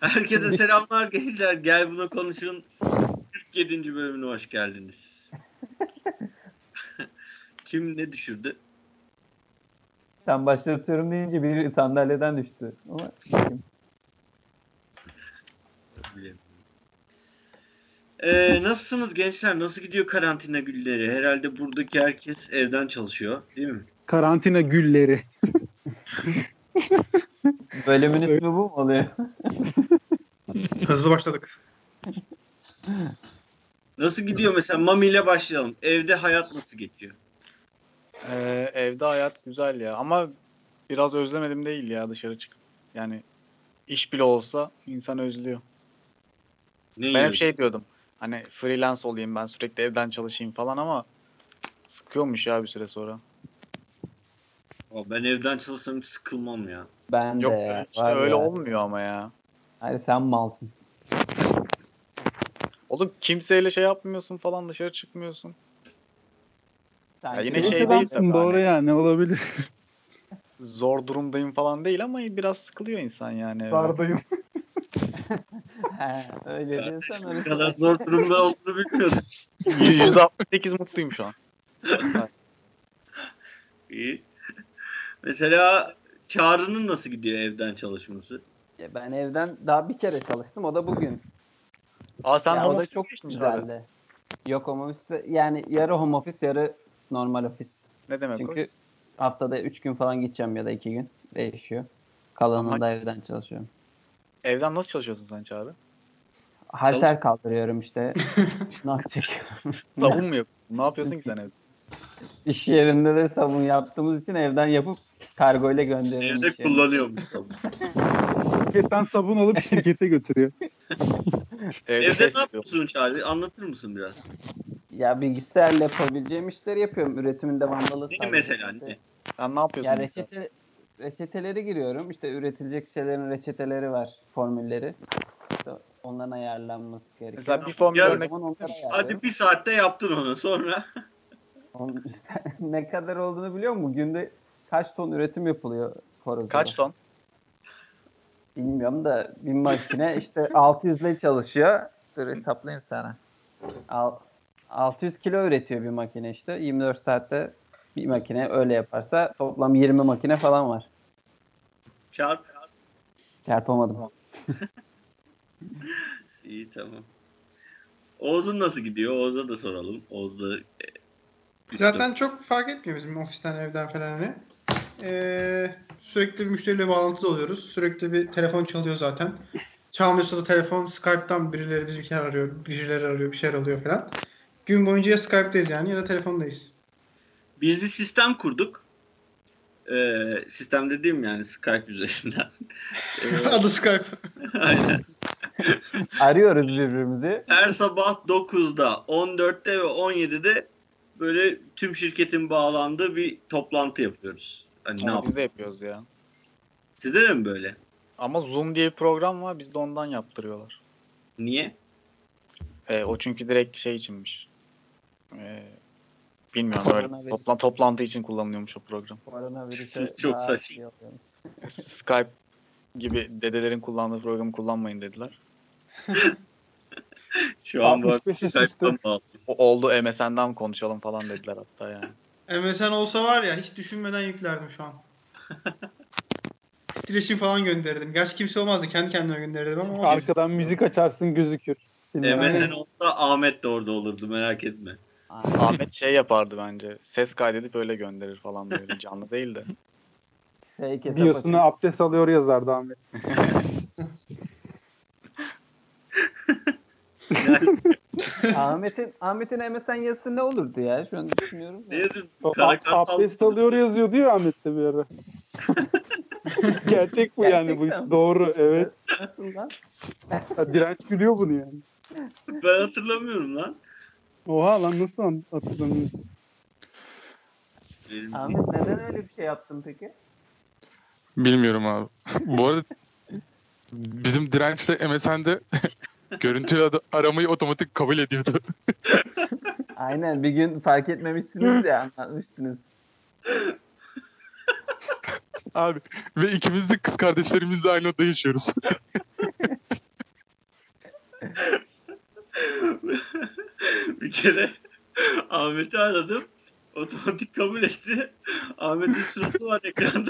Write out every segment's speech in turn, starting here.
Herkese selamlar gençler. Gel Buna Konuş'un 47. bölümüne hoş geldiniz. Kim ne düşürdü? Sen başlatıyorum deyince biri sandalyeden düştü. Ama kim? Nasılsınız gençler? Nasıl gidiyor karantina günleri? Herhalde buradaki herkes evden çalışıyor, değil mi? Karantina gülleri. Bölümün ismi bu mu oluyor? Hızlı başladık. Nasıl gidiyor mesela? Mami ile başlayalım. Evde hayat nasıl geçiyor? Evde hayat güzel ya ama biraz özlemedim değil ya dışarı çık. Yani iş bile olsa insan özlüyor. Ne Ben hep yiyorsun? şey diyordum. Hani freelance olayım ben sürekli evden çalışayım falan ama sıkıyormuş ya bir süre sonra. Ben evden çalışsam hiç sıkılmam ya. Ben Yok de. işte var öyle ya. olmuyor ama ya. Hayır sen malsın. Oğlum kimseyle şey yapmıyorsun falan dışarı çıkmıyorsun. Sen Ya yine Genç şey değil adamsın tabii doğru hani. ya, ne olabilir? Zor durumdayım falan değil ama biraz sıkılıyor insan yani. Dardayım. He, öyle diyorsan Ne öyle. kadar zor durumda olduğunu bilmiyordum. %68 mutluyum şu an. İyi. Mesela Çağrı'nın nasıl gidiyor evden çalışması? Ya ben evden daha bir kere çalıştım. O da bugün. Aa sen Ya home o da office çok geçtin Çağrı. güzeldi. Yok home office yani yarı home office yarı normal ofis. Ne demek Çünkü haftada 3 gün falan gideceğim ya da 2 gün. Değişiyor. Kalanında Ama- evden çalışıyorum. o? Evden nasıl çalışıyorsun sen Çağrı? Halter kaldırıyorum işte. Şınav çekiyorum. Sabun mu yapıyorsun? Ne yapıyorsun ki sen evde? İş yerinde de sabun yaptığımız için evden yapıp kargo ile gönderiyorum. Evde iş yerine. kullanıyormuş. Şirketten sabun alıp şirkete götürüyor. Evde Evde test ne yapıyorsun. yapıyorsun Çağrı? Anlatır mısın biraz? Ya bilgisayarla yapabileceğim işleri yapıyorum. Üretimin devamlılığı Ne sağlıyorum. mesela İşte- ne? Sen ne yapıyorsun? Ya mesela? reçeteleri giriyorum. İşte üretilecek şeylerin reçeteleri var, formülleri. İşte onların ayarlanması gerekiyor. Mesela bir formül Ya- örnek. O zaman onları ayarlıyorum. Hadi bir saatte yaptın onu sonra. Ne kadar olduğunu biliyor musun? Günde kaç ton üretim yapılıyor horozda? Kaç ton? Bilmiyorum da bir makine işte 600 ile çalışıyor. Dur hesaplayayım sana. 600 kilo üretiyor bir makine işte. 24 saatte bir makine öyle yaparsa toplam 20 makine falan var. Çarp. Çarpamadım. İyi tamam. Oğuz'un nasıl gidiyor? Oğuz'a da soralım. Oğuz da Zaten çok fark etmiyor bizim ofisten, evden falan hani. Sürekli bir müşteriyle bağlantıda oluyoruz. Sürekli bir telefon çalıyor zaten. Çalmıyorsa da telefon, Skype'tan birileri bizimkiler arıyor, birileri arıyor, bir şeyler oluyor falan. Gün boyunca ya Skype'dayız yani ya da telefondayız. biz bir sistem kurduk. Sistem dediğim yani Skype üzerinden. Adı Skype. Aynen. Arıyoruz birbirimizi. Her sabah 9'da, 14'te ve 17'de böyle tüm şirketin bağlandığı bir toplantı yapıyoruz. Hani ne Onu biz yapalım? de yapıyoruz ya. Sizde de mi böyle? Ama Zoom diye bir program var. Bizde ondan yaptırıyorlar. Niye? O çünkü direkt şey içinmiş. Bilmiyorum öyle. Koronavirüs. Toplantı için kullanılıyormuş o program. Koronavirüse Çok daha saçma. iyi oluyormuş. Skype gibi dedelerin kullandığı programı kullanmayın dediler. Şu an bu 65 yaş Skype'tan üstü. bağlı. Oldu MSN'den konuşalım falan dediler hatta yani. MSN olsa var ya, hiç düşünmeden yüklerdim şu an. Titreşim falan gönderirdim. Gerçi kimse olmazdı. Kendi kendime gönderirdim ama olsun. Arkadan müzik açarsın, gözükür. MSN olsa Ahmet de orada olurdu merak etme. Aynen. Ahmet şey yapardı bence. Ses kaydedip öyle gönderir falan böyle. Canlı değil de. Fake hesap Biosuna açıp- abdest alıyor yazardı Ahmet. Yani, Ahmet'in MSN yazısı ne olurdu ya? Şu an düşünüyorum. ne da. yazıyorsun? Karakter Abdest alıyor yazıyor diyor Ahmet'te bir ara. Gerçek bu yani, Gerçekten mi? bu doğru, evet. Nasıl lan? Ya, direnç gülüyor bunu yani. Ben hatırlamıyorum lan. Oha lan, nasıl hatırlamıyorsun? Ahmet neden öyle bir şey yaptın peki? Bilmiyorum abi. Bu arada bizim dirençle MSN'de görüntü aramayı otomatik kabul ediyordu. Aynen bir gün fark etmemişsiniz ya anlatmıştınız. Abi ve ikimiz de kız kardeşlerimizle aynı odada yaşıyoruz. Bir kere Ahmet'i aradım. Otomatik kabul etti. Ahmet'in suratı var ekranda.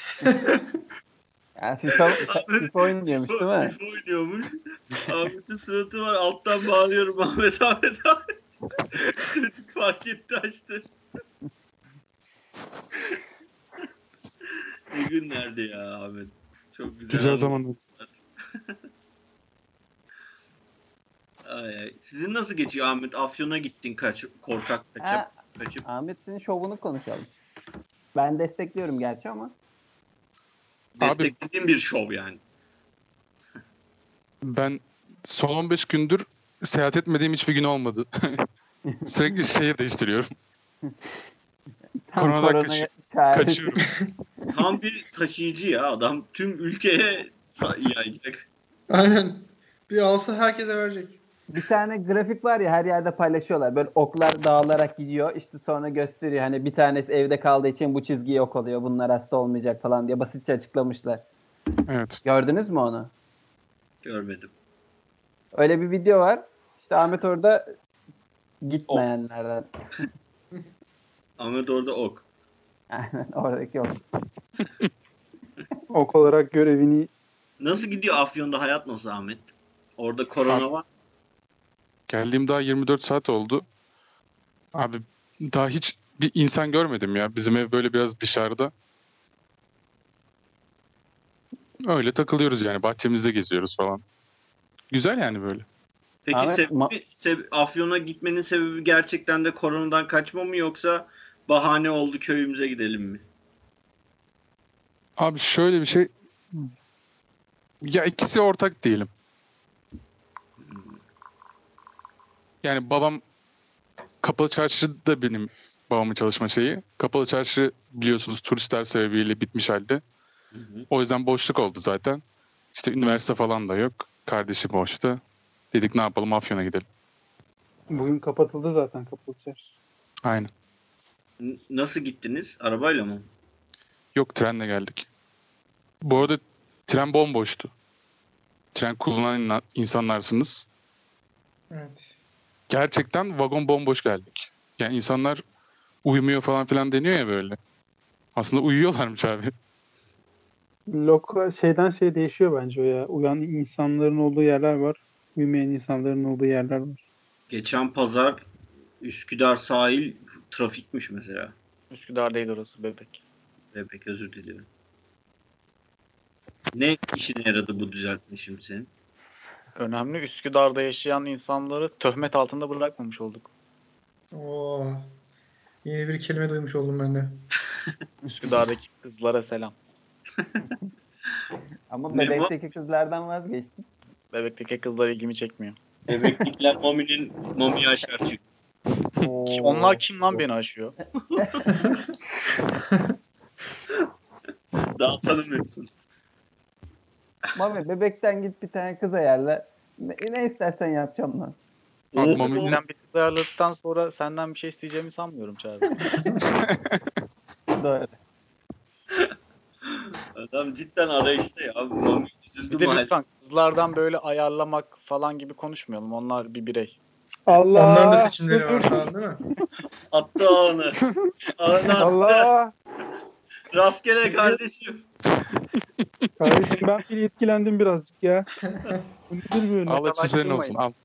Yani FIFA oynuyormuş değil mi? FIFA oynuyormuş. Ahmet'in suratı var. Alttan bağırıyorum Ahmet. Çocuk fark etti, açtı. Ne günlerdi ya Ahmet. Çok güzel. Güzel zamanlar. Ay. Sizin nasıl geçiyor Ahmet? Afyon'a gittin korkak kaçıp. Ahmet'in şovunu konuşalım. Ben destekliyorum gerçi ama. Desteklediğim bir şov yani. Ben son 15 gündür seyahat etmediğim hiçbir gün olmadı. Sürekli şehir değiştiriyorum. Koronadan kaçıyorum. Tam bir taşıyıcı ya adam. Tüm ülkeye yayacak. Aynen. Bir alsa herkese verecek. Bir tane grafik var ya, her yerde paylaşıyorlar. Böyle oklar dağılarak gidiyor. İşte sonra gösteriyor. Hani bir tanesi evde kaldığı için bu çizgi yok oluyor. Bunlar hasta olmayacak falan diye basitçe açıklamışlar. Evet. Gördünüz mü onu? Görmedim. Öyle bir video var. İşte Ahmet orada gitmeyenlerden. Ahmet orada ok. Aynen, oradaki ok. Ok olarak görevini Nasıl gidiyor Afyon'da, hayat nasıl Ahmet? Orada korona var. Geldiğim daha 24 saat oldu. Abi daha hiç bir insan görmedim ya. Bizim ev böyle biraz dışarıda. Öyle takılıyoruz yani. Bahçemizde geziyoruz falan. Güzel yani böyle. Peki Ahmet, Afyon'a gitmenin sebebi gerçekten de koronadan kaçma mı, yoksa bahane oldu köyümüze gidelim mi? Abi şöyle bir şey. Ya ikisi ortak diyelim. Yani babam Kapalı Çarşı da benim babamın çalışma şeyi. Kapalı Çarşı biliyorsunuz turistler sebebiyle bitmiş halde. Hı hı. O yüzden boşluk oldu zaten. İşte üniversite falan da yok. Kardeşim boştu. Dedik ne yapalım, Afyon'a gidelim. bugün kapatıldı zaten Kapalı Çarşı. Aynen. Nasıl gittiniz? Arabayla mı? Yok, trenle geldik. Bu arada tren bomboştu. Tren kullanan insanlarsınız. Evet. Gerçekten vagon bomboş geldik. Yani insanlar uyumuyor falan filan deniyor ya böyle. Aslında uyuyorlarmış abi. Şeyden şey değişiyor bence o ya. Uyan insanların olduğu yerler var. Uyumayan insanların olduğu yerler var. Geçen pazar Üsküdar sahil trafikmiş mesela. Üsküdar değil orası, Bebek. Bebek, özür diliyorum. Ne işine yaradı bu düzeltme şimdi senin? Önemli, Üsküdar'da yaşayan insanları töhmet altında bırakmamış olduk. Oo. Yeni bir kelime duymuş oldum ben de. Üsküdar'daki kızlara selam. Ama Ne bu? bebekteki kızlardan vazgeçtik. Bebek'teki kızlar ilgimi çekmiyor. Bebeklikler Mami'yi aşar çıktı. Onlar kim lan beni aşıyor? Daha tanımıyorsun. Mami, bebekten git bir tane kız ayarla. Ne istersen yapacağım lan. Abi, Oo, Mami- Sen bir kız ayarladıktan sonra senden bir şey isteyeceğimi sanmıyorum Çağrı. Doğru. Adam cidden arayışta ya. Mami Bir üzüldüm de halde. lütfen kızlardan böyle ayarlamak falan gibi konuşmayalım. Onlar bir birey. Allah! Onların da seçimleri var falan değil mi? Attı ağını. Ağını attı. Allah! Rastgele kardeşim. Kardeşim ben bir etkilendim birazcık ya. Bu nedir böyle? Al hepsi senin olsun, al.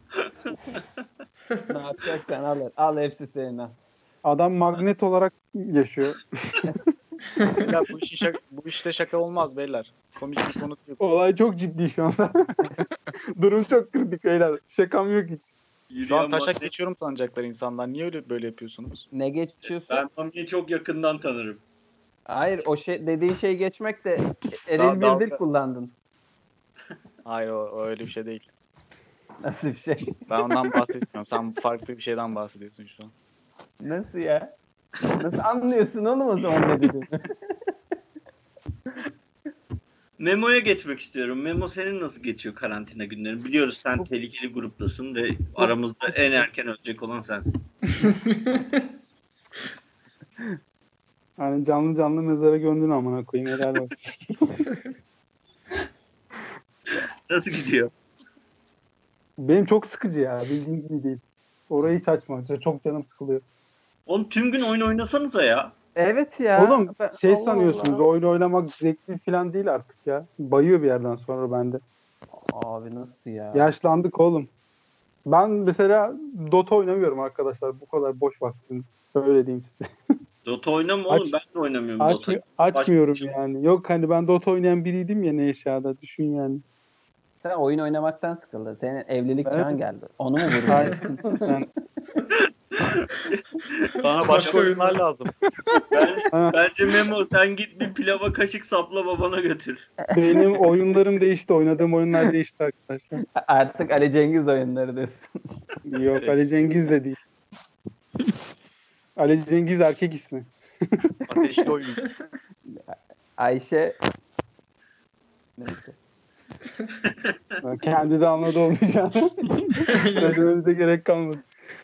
Ne yapacaksan al. Al, hepsi senin al. Adam magnet olarak yaşıyor. Ya bu işte şaka olmaz beyler. Komik bir konu yok. Olay çok ciddi şu anda. Durum çok kritik beyler. Şakam yok hiç. Şu Yürüyen an taşak magnet. geçiyorum sanacaklar insanlar. Niye öyle böyle yapıyorsunuz? Ne geçiyorsun? Ben Mami'yi çok yakından tanırım. Hayır, o şey dediğin şey geçmek de Daha eril bir dalga. dil kullandın. Hayır, o öyle bir şey değil. Nasıl bir şey? Ben ondan bahsetmiyorum. Sen farklı bir şeyden bahsediyorsun şu an. Nasıl ya? Nasıl anlıyorsun oğlum o zaman ne dediğini? Memo'ya geçmek istiyorum. Memo, senin nasıl geçiyor karantina günlerin? Biliyoruz sen tehlikeli gruptasın ve aramızda en erken ölecek olan sensin. Yani canlı canlı mezara gömdün amına koyayım, helal olsun. Nasıl gidiyor? Benim çok sıkıcı ya. Bildiğin gibi değil. Orayı hiç açma. Çok canım sıkılıyor. Oğlum tüm gün oyun oynasanıza ya. Evet ya. Oğlum Allah sanıyorsunuz. Allah. Oyun oynamak zevkli falan değil artık ya. Bayıyor bir yerden sonra bende. Abi nasıl ya? Yaşlandık oğlum. Ben mesela Dota oynamıyorum arkadaşlar. Bu kadar boş vaktim. Öyle diyeyim size. Dota oynama oğlum, ben de oynamıyorum Dota. Açmıyorum yani. Yok hani ben Dota oynayan biriydim ya Neşa'da. Düşün yani. Sen oyun oynamaktan sıkıldın. Senin evlilik Evet. çağın geldi. Onu mu vuruyorsun? Yani, Sana başka oyunlar lazım. Bence Memo sen git bir pilava kaşık sapla babana götür. benim oyunlarım değişti. Oynadığım oyunlar değişti arkadaşlar. Artık Ali Cengiz oyunları diyorsun. Yok Ali Cengiz de değil. Ali Cengiz erkek ismi. Ateşli oyun. Ayşe neyse. Kendi de anladı olmayacağını. Söylememize gerek kalmadı.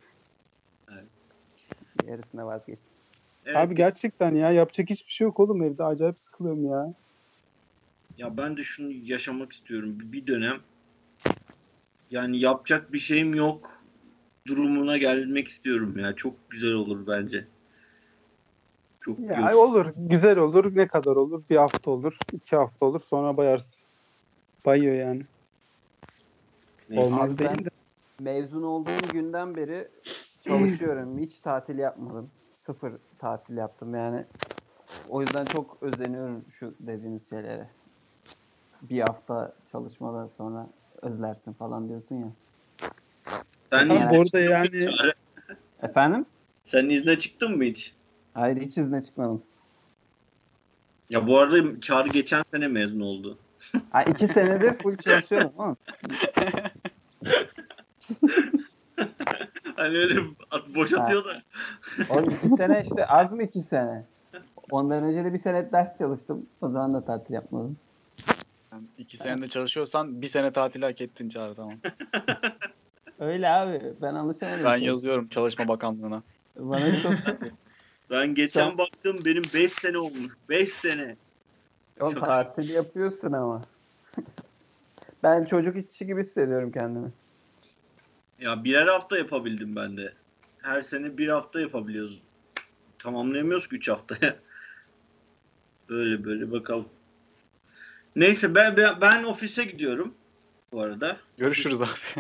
Yarısına vazgeçtim. Evet. Abi gerçekten ya yapacak hiçbir şey yok oğlum evde. Acayip sıkılıyorum ya. Ya ben de şunu yaşamak istiyorum bir dönem. Yani yapacak bir şeyim yok durumuna gelmek istiyorum ya. Çok güzel olur bence. Çok Ya olur. Güzel olur. Ne kadar olur? Bir hafta olur. 2 hafta olur. Sonra bayarsın. Bayıyor yani. Neyse. Olmaz Abi ben- değil de. Mezun olduğum günden beri çalışıyorum. Hiç tatil yapmadım. Sıfır tatil yaptım yani. O yüzden çok özeniyorum şu dediğiniz şeylere. Bir hafta çalışmadan sonra özlersin falan diyorsun ya. Sen Abi izne bu arada çıktın mı yani- hiç Çağrı? Efendim? Sen izne çıktın mı hiç? Hayır hiç izne çıkmadım. Ya bu arada Çağrı geçen sene mezun oldu. Ha, 2 senedir full çalışıyorum ama. Hani öyle boş atıyor da. O 2 sene işte az mı 2 sene? Ondan önce de bir sene ders çalıştım. O zaman da tatil yapmadım. Yani 2 senede çalışıyorsan 1 sene tatil hak ettin Çağrı, tamam. Öyle abi. Ben alışamadım. Ben yazıyorum Çalışma Bakanlığı'na. Bana çok Ben geçen Sen- baktım benim 5 sene olmuş. 5 sene. o tatil yapıyorsun ama. Ben çocuk işçi gibi hissediyorum kendimi. Ya birer hafta yapabildim ben de. Her sene bir hafta yapabiliyoruz. Tamamlayamıyoruz ki 3 haftaya. Böyle böyle bakalım. Neyse ben ofise gidiyorum bu arada. Görüşürüz abi.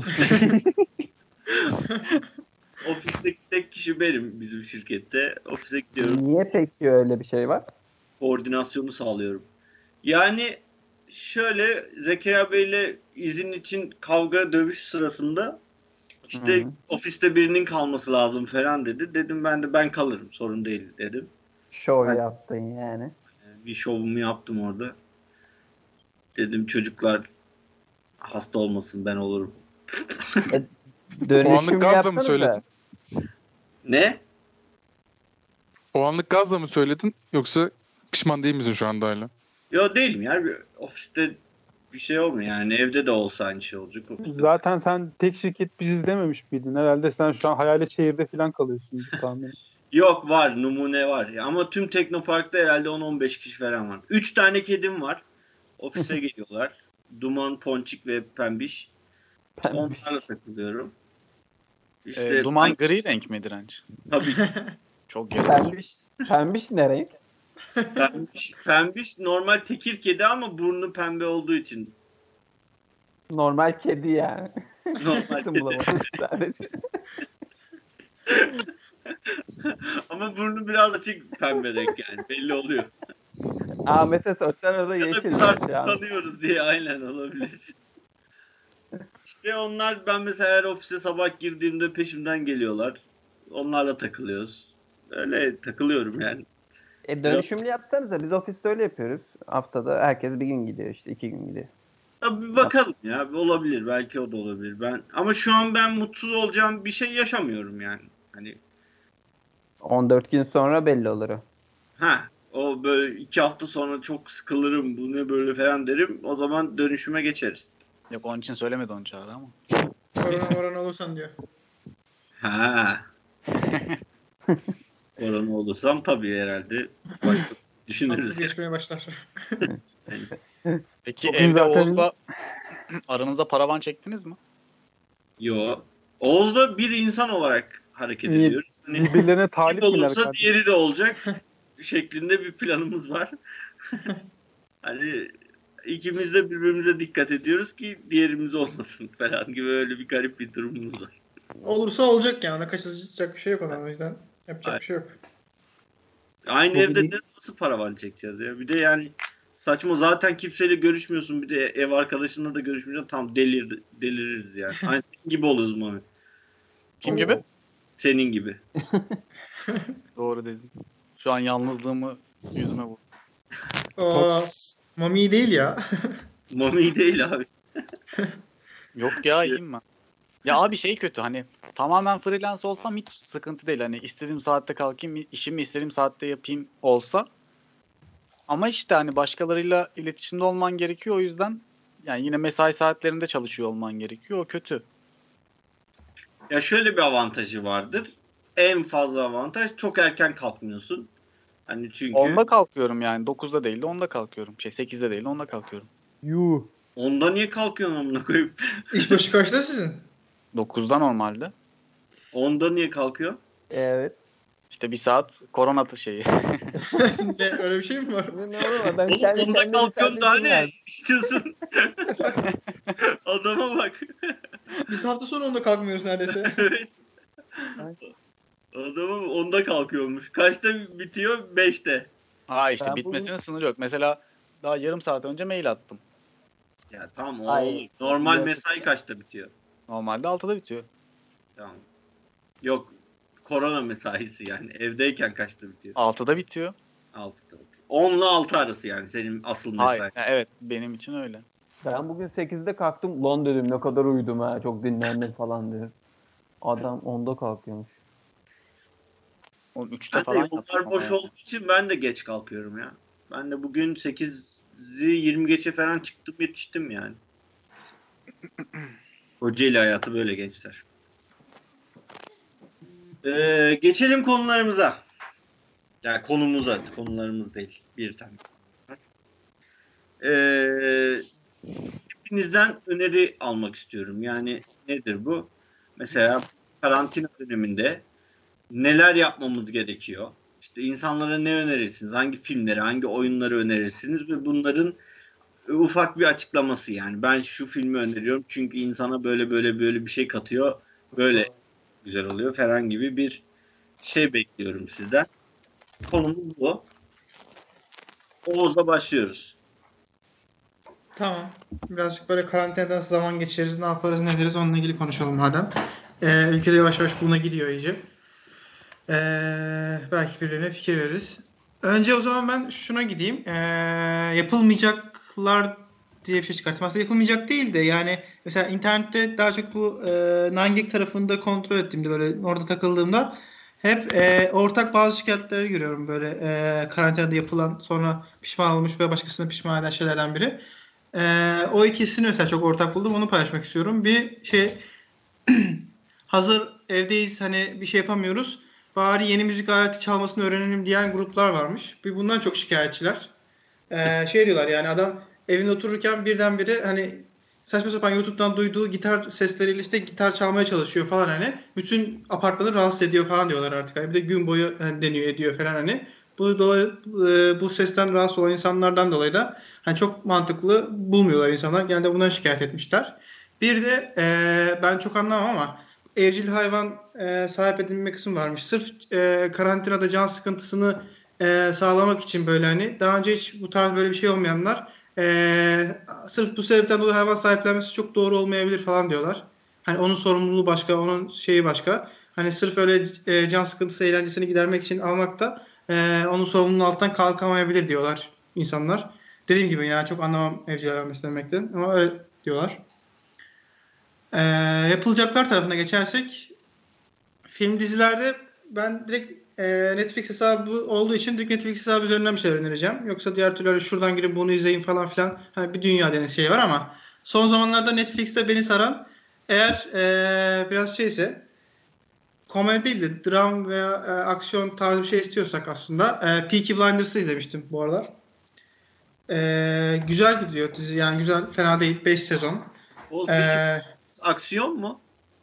Ofisteki tek kişi benim bizim şirkette. Ofise gidiyorum. Niye peki öyle bir şey var? Koordinasyonu sağlıyorum. Yani şöyle Zekeriya Bey'le izin için kavga dövüş sırasında işte Hı hı. ofiste birinin kalması lazım falan dedi. Dedim ben kalırım, sorun değil dedim. Şov Ben- yaptın yani. Bir şovumu yaptım orada. Dedim çocuklar hasta olmasın, ben olurum. Dönüşüm O anlık gazla mı yapsanıza. söyledin? Ne? O anlık gazla mı söyledin yoksa pişman değil misin şu anda hala? Yo değilim ya. Ofiste bir şey olmuyor yani. Evde de olsa aynı şey olacak. Ofiste. Zaten sen tek şirket biziz dememiş miydin? Herhalde sen şu an hayalet şehirde falan kalıyorsun tahmin. Yok, var. Numune var. Ama tüm Teknopark'ta herhalde 10-15 kişi falan var. 3 tane kedim var. Ofise geliyorlar. Duman, Ponçik ve Pembiş. Onlarla takılıyorum. İşte Duman gri renk mi direnç? tabii ki Çok geri. Pembiş ne renk? Pembiş normal tekir kedi ama burnu pembe olduğu için Normal kedi yani. normal İsim kedi. bulamadım sadece. Ama burnu biraz açık pembe renk yani. Belli oluyor. Ahmet'e sorsan o da Ya da yeşil. biz renk artık yani. tanıyoruz diye aynen olabilir. İşte onlar, ben mesela her ofise sabah girdiğimde peşimden geliyorlar. Onlarla takılıyoruz. Öyle takılıyorum yani. Dönüşümlü yapsanıza. Biz ofiste öyle yapıyoruz. Haftada herkes bir gün gidiyor işte 2 gün gidiyor. Ya bir bakalım ya, olabilir, belki o da olabilir. Ama şu an ben mutsuz olacağım bir şey yaşamıyorum yani. Hani 14 gün sonra belli olur o. o böyle 2 hafta sonra çok sıkılırım, bu ne böyle falan derim. O zaman dönüşüme geçeriz. Yok, onun için söylemedi onu Çağrı ama. Korona olursan diyor. Korona olursam tabii herhalde başka Tatsız düşünürüz. geçmeye başlar. Peki Bugün evde zaten- Oğuz'la aranızda paravan çektiniz mi? Yo. Oğuz'la bir insan olarak hareket İyi. ediyoruz. Hani Birbirlerine bir talip miler olursa kardeşim? diğeri de olacak şeklinde bir planımız var. Hani ikimiz de birbirimize dikkat ediyoruz ki diğerimiz olmasın falan gibi öyle bir garip bir durumumuz var. Olursa olacak yani. Ona kaçacak bir şey yok ona, o yüzden. Yapacak bir şey yok. Aynı Bu evde bir- nasıl paravan çekeceğiz ya? Bir de yani saçma, zaten kimseyle görüşmüyorsun. Bir de ev arkadaşınla da görüşmüyorsun. Tam deliririz yani. Aynı senin gibi oluruz Mami. Kim gibi? Senin gibi. Doğru dedin. Şu an yalnızlığımı yüzüme vur. Aa, Mami değil ya. Mami değil abi. Yok ya, iyiyim ben. Ya abi şey kötü, hani tamamen freelance olsam hiç sıkıntı değil. Hani istediğim saatte kalkayım, işimi istediğim saatte yapayım olsa. Ama işte hani başkalarıyla iletişimde olman gerekiyor, o yüzden yani yine mesai saatlerinde çalışıyor olman gerekiyor. O kötü. Ya şöyle bir avantajı vardır. En fazla avantaj, çok erken kalkmıyorsun. Hani çünkü 10'da kalkıyorum yani. 9'da değil de 10'da kalkıyorum. 8'de değil de 10'da kalkıyorum. Yuh. onda niye kalkıyorsun amına koyayım? İşbaşı kaçta sizin? 9'da normalde. Onda niye kalkıyor? Evet. İşte bir saat korona şeyi. Ne, öyle bir şey mi var? Ne oğlum adam Oğlum kendi onda kendine kalkıyorsun daha tercih ne yani. istiyorsun? Adama bak. Biz hafta sonu onda kalkmıyoruz neredeyse. Evet. Ay. Adamım onda kalkıyormuş. Kaçta bitiyor? 5'te. Ha işte Ben bitmesinin sınırı yok. Mesela daha yarım saat önce mail attım. Ya tamam o Ay, olur. Normal yazık mesai ya. kaçta bitiyor? Normalde 6'da bitiyor. Tamam. Yok. Korona mesaisi yani. Evdeyken kaçta bitiyor? 6'da bitiyor. 6'da bitiyor. 10 ile 6 arası yani senin asıl mesai. Hayır. Ya evet, benim için öyle. Ben bugün 8'de kalktım. Lan dedim ne kadar uyudum ha. Çok dinlendim falan dedim. Adam 10'da kalkıyormuş. O 3'te Ben de falan yollar yattım boş ama ya. olduğu için ben de geç kalkıyorum ya. Ben de bugün 8'i 20 geçe falan çıktım, yetiştim yani. Kocaeli hayatı böyle gençler. Geçelim konularımıza. Yani konumuza, konularımız değil. Bir tane. Hepinizden öneri almak istiyorum. Yani nedir bu? Mesela karantina döneminde neler yapmamız gerekiyor? İşte insanlara ne önerirsiniz? Hangi filmleri, hangi oyunları önerirsiniz? Ve bunların ufak bir açıklaması yani. Ben şu filmi öneriyorum çünkü insana böyle böyle böyle bir şey katıyor. Böyle güzel oluyor falan gibi bir şey bekliyorum sizden. Konumuz bu. Oğuz'la başlıyoruz. Tamam. Birazcık böyle karantinada nasıl zaman geçiririz, ne yaparız, ne ederiz onunla ilgili konuşalım madem. Ülkede yavaş yavaş buna gidiyor iyice. Belki birilerine fikir veririz. Önce o zaman ben şuna gideyim. Yapılmayacaklar diye bir şey çıkarttım. Aslında yapılmayacak değil de yani mesela internette daha çok bu 9gag tarafında kontrol ettiğimde böyle orada takıldığımda hep ortak bazı şikayetleri görüyorum böyle karantinada yapılan sonra pişman olmuş ve başkasına pişman eden şeylerden biri. O ikisini mesela çok ortak buldum. Onu paylaşmak istiyorum. Bir şey hazır evdeyiz hani bir şey yapamıyoruz. Bari yeni müzik aleti çalmasını öğrenelim diyen gruplar varmış. Bundan çok şikayetçiler. Şey diyorlar yani adam evinde otururken birdenbire hani saçma sapan YouTube'dan duyduğu gitar sesleriyle işte gitar çalmaya çalışıyor falan hani. Bütün apartmanı rahatsız ediyor falan diyorlar artık. Hani bir de gün boyu hani deniyor ediyor falan hani. Bu sesten rahatsız olan insanlardan dolayı da hani çok mantıklı bulmuyorlar insanlar. Genelde bundan şikayet etmişler. Bir de ben çok anlamam ama evcil hayvan sahip edinme kısmı varmış. Sırf karantinada can sıkıntısını sağlamak için böyle hani daha önce hiç bu tarz böyle bir şey olmayanlar sırf bu sebepten dolayı hayvan sahiplenmesi çok doğru olmayabilir falan diyorlar. Hani onun sorumluluğu başka, onun şeyi başka. Hani sırf öyle can sıkıntısı eğlencesini gidermek için almak da onun sorumluluğunun altından kalkamayabilir diyorlar insanlar. Dediğim gibi yani çok anlamam evcil hayvan beslemekten ama öyle diyorlar. Yapılacaklar tarafına geçersek film dizilerde ben direkt Netflix hesabı olduğu için direkt Netflix hesabı üzerinden bir şeyler önereceğim. Yoksa diğer türlü şuradan girip bunu izleyin falan filan hani bir dünya deniz şey var ama son zamanlarda Netflix'te beni saran eğer biraz şeyse komedi değil de dram veya aksiyon tarzı bir şey istiyorsak aslında Peaky Blinders'ı izlemiştim bu aralar. Güzel gidiyor dizi yani güzel fena değil 5 sezon. O Ee, aksiyon mu?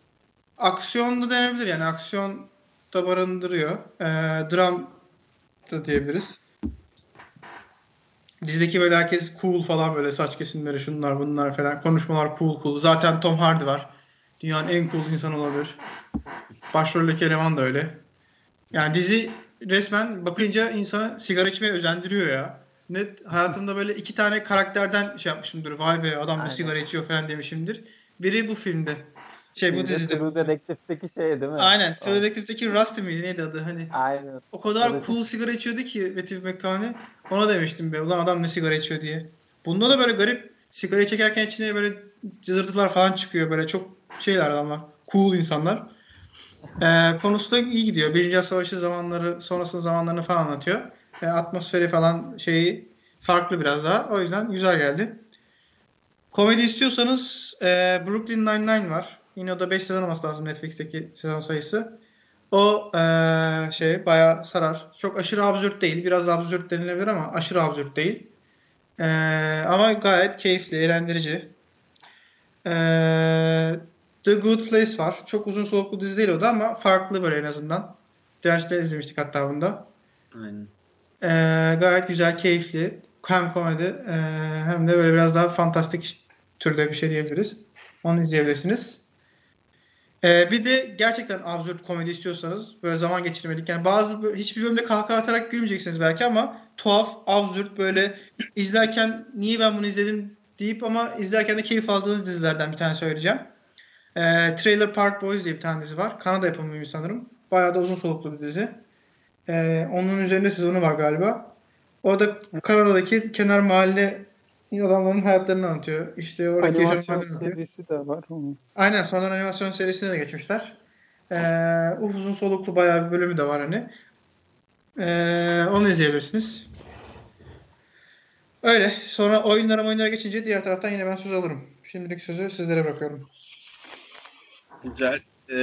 aksiyon da denebilir yani aksiyon da barındırıyor. Dram da diyebiliriz. Dizideki böyle herkes cool falan böyle saç kesimleri şunlar bunlar falan konuşmalar cool. Zaten Tom Hardy var. Dünyanın en cool insanı olabilir. Başroldeki eleman da öyle. Yani dizi resmen bakınca insana sigara içmeye özendiriyor ya. Net hayatımda böyle 2 tane karakterden şey yapmışımdır. Vay be adam da Aynen. sigara içiyor falan demişimdir. Biri bu filmde. Bu Bir de dizide. True Detective'deki şey değil mi? Aynen. True Detective'deki Rusty miydi? Neydi adı? Hani Aynen. o kadar O da cool sigara içiyordu ki Matthew McConaughey. Ona demiştim be. Ulan adam ne sigara içiyor diye. Bunda da böyle garip sigara çekerken içine böyle cızırtılar falan çıkıyor. Böyle çok şeyler adamlar. Cool insanlar. Konusu da iyi gidiyor. Birinci Dünya Savaşı zamanları, sonrasının zamanlarını falan anlatıyor. Atmosferi falan şeyi farklı biraz daha. O yüzden güzel geldi. Komedi istiyorsanız Brooklyn Nine-Nine var. Yine o da 5 sezon olması lazım Netflix'teki sezon sayısı. O bayağı sarar. Çok aşırı absürt değil. Biraz absürt denilebilir ama aşırı absürt değil. Ama gayet keyifli, eğlendirici. The Good Place var. Çok uzun soluklu dizi değil o da ama farklı böyle en azından. Direnç'te izlemiştik hatta bunda. Aynen. Gayet güzel, keyifli. Hem komedi hem de böyle biraz daha fantastik türde bir şey diyebiliriz. Onu izleyebilirsiniz. Bir de gerçekten absürt komedi istiyorsanız böyle zaman geçirmedik. Yani hiçbir bölümde kahkaha atarak gülmeyeceksiniz belki ama tuhaf, absürt böyle izlerken niye ben bunu izledim deyip ama izlerken de keyif aldığınız dizilerden bir tane söyleyeceğim. Trailer Park Boys diye bir tane dizi var. Kanada yapımıymış sanırım. Bayağı da uzun soluklu bir dizi. Onun üzerinde sezonu var galiba. O da Kanada'daki kenar mahalle adamların hayatlarını anlatıyor. İşte oradaki Animasyon yaşamlarını anlatıyor. serisi de var. Aynen sonradan animasyon serisine de geçmişler. Uzun soluklu bayağı bir bölümü de var hani. Onu izleyebilirsiniz. Öyle. Sonra oyunlara geçince diğer taraftan yine ben söz alırım. Şimdilik sözü sizlere bırakıyorum. Güzel.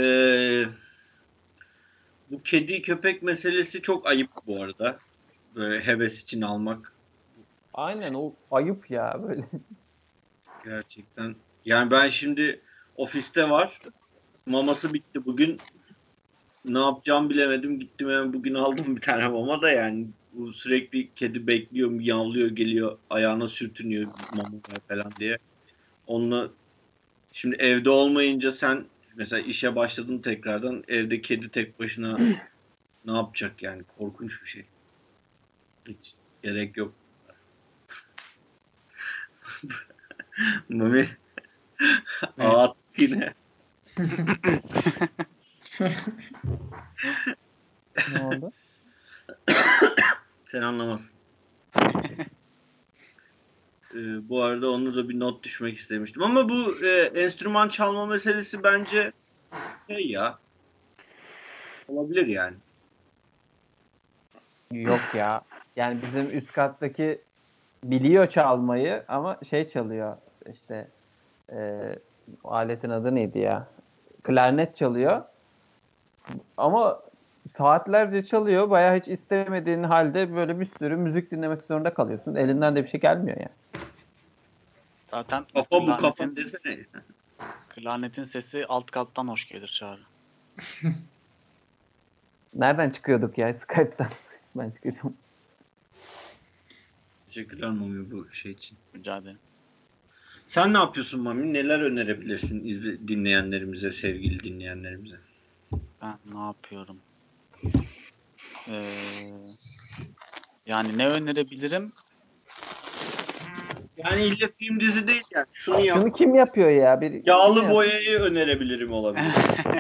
Bu kedi köpek meselesi çok ayıp bu arada. Böyle heves için almak Aynen o ayıp ya böyle. gerçekten. Yani ben şimdi ofiste var. Maması bitti bugün. Ne yapacağımı bilemedim. Gittim hemen bugün aldım bir tane mama da yani. Bu sürekli kedi bekliyor, miyavlıyor, geliyor, ayağına sürtünüyor mamalar falan diye. Onunla şimdi evde olmayınca sen mesela işe başladın tekrardan evde kedi tek başına ne yapacak yani? Korkunç bir şey. Hiç gerek yok. Mami ağat yine. Ne oldu? Sen anlamazsın. Bu arada onu da bir not düşmek istemiştim. Ama bu enstrüman çalma meselesi bence ya. Olabilir yani. Yok ya. Yani bizim üst kattaki biliyor çalmayı ama şey çalıyor işte o aletin adı neydi ya? Klarnet çalıyor. Ama saatlerce çalıyor. Bayağı hiç istemediğin halde böyle bir sürü müzik dinlemek zorunda kalıyorsun. Elinden de bir şey gelmiyor yani. Zaten Kafa bu kafa desene. klarnetin sesi alt kattan hoş gelir Çağrı. Nereden çıkıyorduk ya? Skype'tan. Ben çıkacağım. Teşekkürler Mami bu şey için. Rica ederim. Sen ne yapıyorsun Mami? Neler önerebilirsin dinleyenlerimize, sevgili dinleyenlerimize? Ben ne yapıyorum? Yani ne önerebilirim? Yani illa film dizi değil yani. Şunu yap. Şunu kim yapıyor ya? Bir Yağlı kim boyayı önerebilirim olabilir.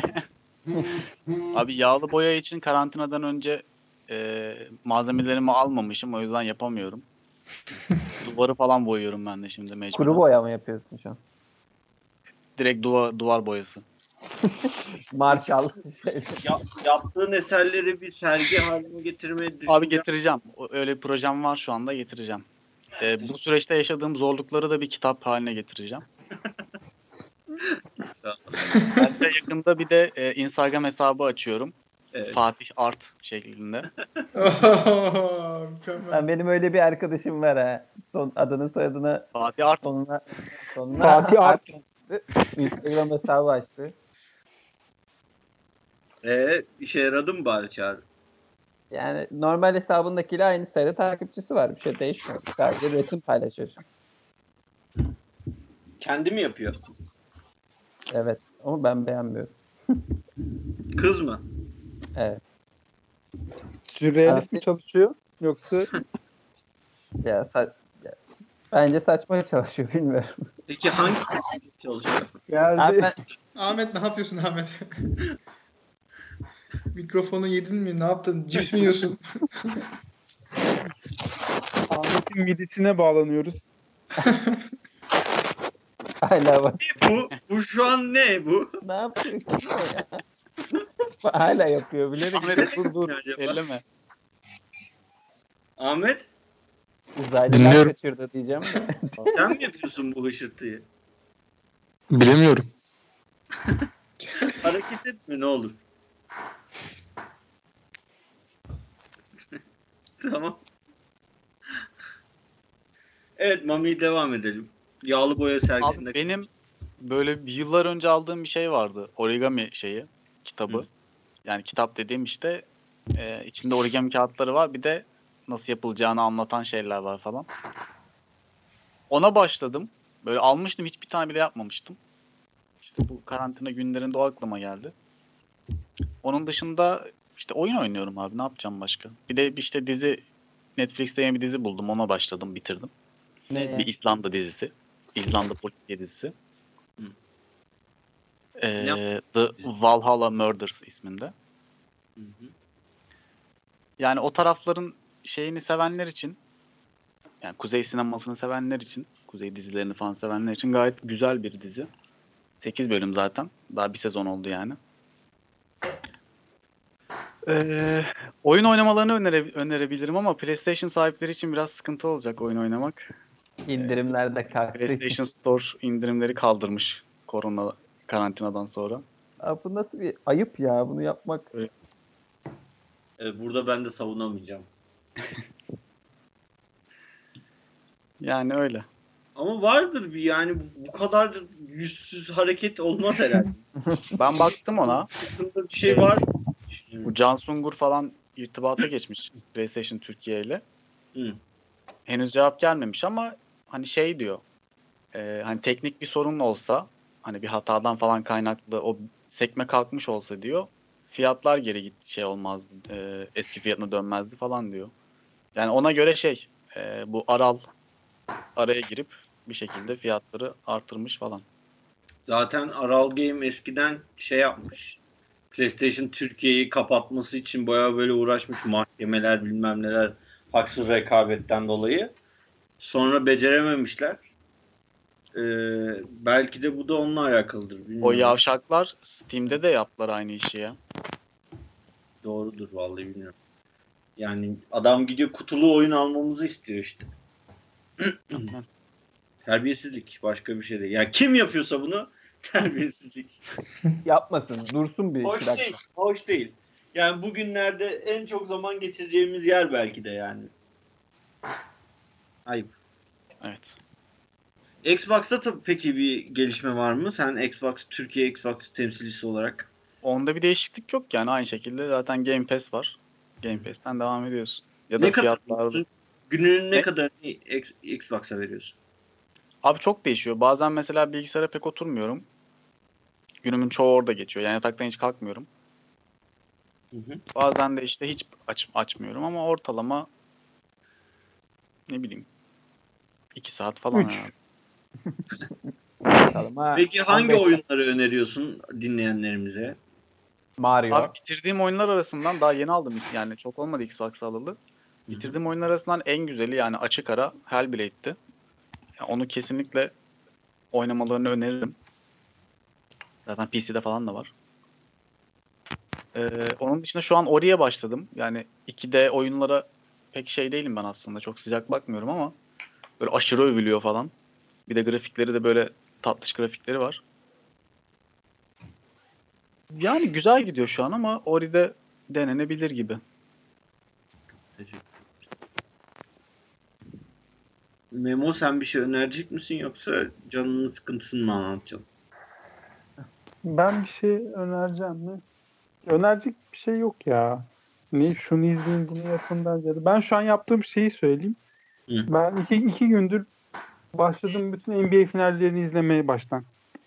Abi yağlı boya için karantinadan önce malzemelerimi almamışım. O yüzden yapamıyorum. Duvarı falan boyuyorum ben de şimdi mecburen. Kuru boya mı yapıyorsun şu an? Direkt duvar boyası. Marshall. Yaptığın eserleri bir sergi haline getirmeyi düşünüyorum. Abi getireceğim. Öyle bir projem var şu anda getireceğim. Bu süreçte yaşadığım zorlukları da bir kitap haline getireceğim. Ben de yakında bir de Instagram hesabı açıyorum. Evet. Fatih Art şeklinde. Mükemmel. Benim öyle bir arkadaşım var ha. Adını soyadını Fatih Art. sonuna Fatih Art. Instagram hesabı açtı. İşe yaradı mı bari Çağrı? Yani normal hesabındakiyle aynı sayıda takipçisi var. Bir şey değişmiyor. Sadece resim paylaşıyorsun. Kendi mi yapıyor? Evet. Ama ben beğenmiyorum. Kız mı? Evet. Sürrealist mi çalışıyor yoksa Ya, bence saçma çalışıyor. Bilmiyorum. Peki hangi çalışıyor? Abi geldi? ben, Ahmet ne yapıyorsun Ahmet? Mikrofonu yedin mi? Ne yaptın? Cips mi yiyorsun? Ahmet'in midisine bağlanıyoruz. hala bak. Bu şu an ne bu? Ne yapıyor ki o ya? Hala yapıyor. Bilerek Ahmet, dur. Acaba? Elleme. Ahmet Uzaylılar Dinliyorum. kaçırdı diyeceğim de. sen mi yapıyorsun bu hışırtıyı? Bilemiyorum. Hareket etme ne olur. Tamam. Evet Mami'yi devam edelim. Yağlı boya sergisinde. Abi benim böyle bir yıllar önce aldığım bir şey vardı. Origami şeyi. Kitabı. Hı. Yani kitap dediğim işte içinde origami kağıtları var. Bir de nasıl yapılacağını anlatan şeyler var falan. Ona başladım. Böyle almıştım. Hiçbir tane bile yapmamıştım. İşte bu karantina günlerinde o aklıma geldi. Onun dışında işte oyun oynuyorum abi. Ne yapacağım başka? Bir de işte dizi Netflix'te yeni bir dizi buldum. Ona başladım. Bitirdim. Ne? Bir İzlanda dizisi. İzlanda polisiye dizisi. Hı. The Valhalla Murders isminde. Hı hı. Yani o tarafların şeyini sevenler için, yani kuzey sinemasını sevenler için, kuzey dizilerini falan sevenler için gayet güzel bir dizi. 8 bölüm zaten. Daha bir sezon oldu yani. Oyun oynamalarını önerebilirim ama PlayStation sahipleri için biraz sıkıntı olacak oyun oynamak. İndirimlerde kalktığı için. PlayStation Store indirimleri kaldırmış korona karantinadan sonra. Abi bu nasıl bir ayıp ya bunu yapmak. Burada ben de savunamayacağım. Yani öyle. Ama vardır bir yani bu kadar yüzsüz hareket olmaz herhalde. Ben baktım ona. Aslında bir şey var. Bu Can Sungur falan irtibata geçmiş PlayStation Türkiye ile. Hı. Henüz cevap gelmemiş ama hani şey diyor. Hani teknik bir sorun olsa, hani bir hatadan falan kaynaklı o sekme kalkmış olsa diyor. Fiyatlar geri şey olmazdı. Eski fiyatına dönmezdi falan diyor. Yani ona göre bu Aral araya girip bir şekilde fiyatları artırmış falan. Zaten Aral Game eskiden şey yapmış. PlayStation Türkiye'yi kapatması için bayağı böyle uğraşmış. Mahkemeler bilmem neler haksız rekabetten dolayı. Sonra becerememişler. Belki de bu da onunla alakalıdır. Bilmiyorum. O yavşaklar Steam'de de yaptılar aynı işi ya. Doğrudur vallahi bilmiyorum. Yani adam gidiyor kutulu oyun almamızı istiyor işte. Terbiyesizlik başka bir şey değil. Yani kim yapıyorsa bunu terbiyesizlik. Yapmasın. Dursun bir iki Hoş dakika. değil. Hoş değil. Yani bugünlerde en çok zaman geçireceğimiz yer belki de yani. Ayıp. Evet. Xbox'ta peki bir gelişme var mı? Sen Xbox, Türkiye Xbox temsilcisi olarak. Onda bir değişiklik yok yani aynı şekilde zaten Game Pass var. Game Pass'ten devam ediyorsun. Ya da Ne kadar fiyatlarda. gününün ne Ne? kadarını Xbox'a veriyorsun? Abi çok değişiyor. Bazen mesela bilgisayara pek oturmuyorum. Günümün çoğu orada geçiyor. Yani yataktan hiç kalkmıyorum. Hı hı. Bazen de işte hiç açmıyorum ama ortalama ne bileyim 2 saat falan. 3. herhalde. Bakalım ha. Peki hangi 15 oyunları öneriyorsun dinleyenlerimize? Mario. Abi bitirdiğim oyunlar arasından daha yeni aldım. Yani çok olmadı Xbox alalı. Bitirdiğim oyunlar arasından en güzeli yani açık ara Hellblade'ti. Yani onu kesinlikle oynamalarını öneririm. Zaten PC'de falan da var. Onun dışında şu an Ori'ye başladım. Yani 2D oyunlara pek şey değilim ben aslında. Çok sıcak bakmıyorum ama böyle aşırı övülüyor falan. Bir de grafikleri de böyle tatlış grafikleri var. Yani güzel gidiyor şu an ama Ori'de denenebilir gibi. Teşekkür. Memo sen bir şey önerecek misin yoksa canının sıkıntısını mı anlatacaksın? Ben bir şey önereceğim mi? önerecek bir şey yok ya. Ne şunu izleyin bunu yapın der. Ben şu an yaptığım şeyi söyleyeyim. Hı. Ben iki gündür başladım bütün NBA finallerini izlemeye baştan.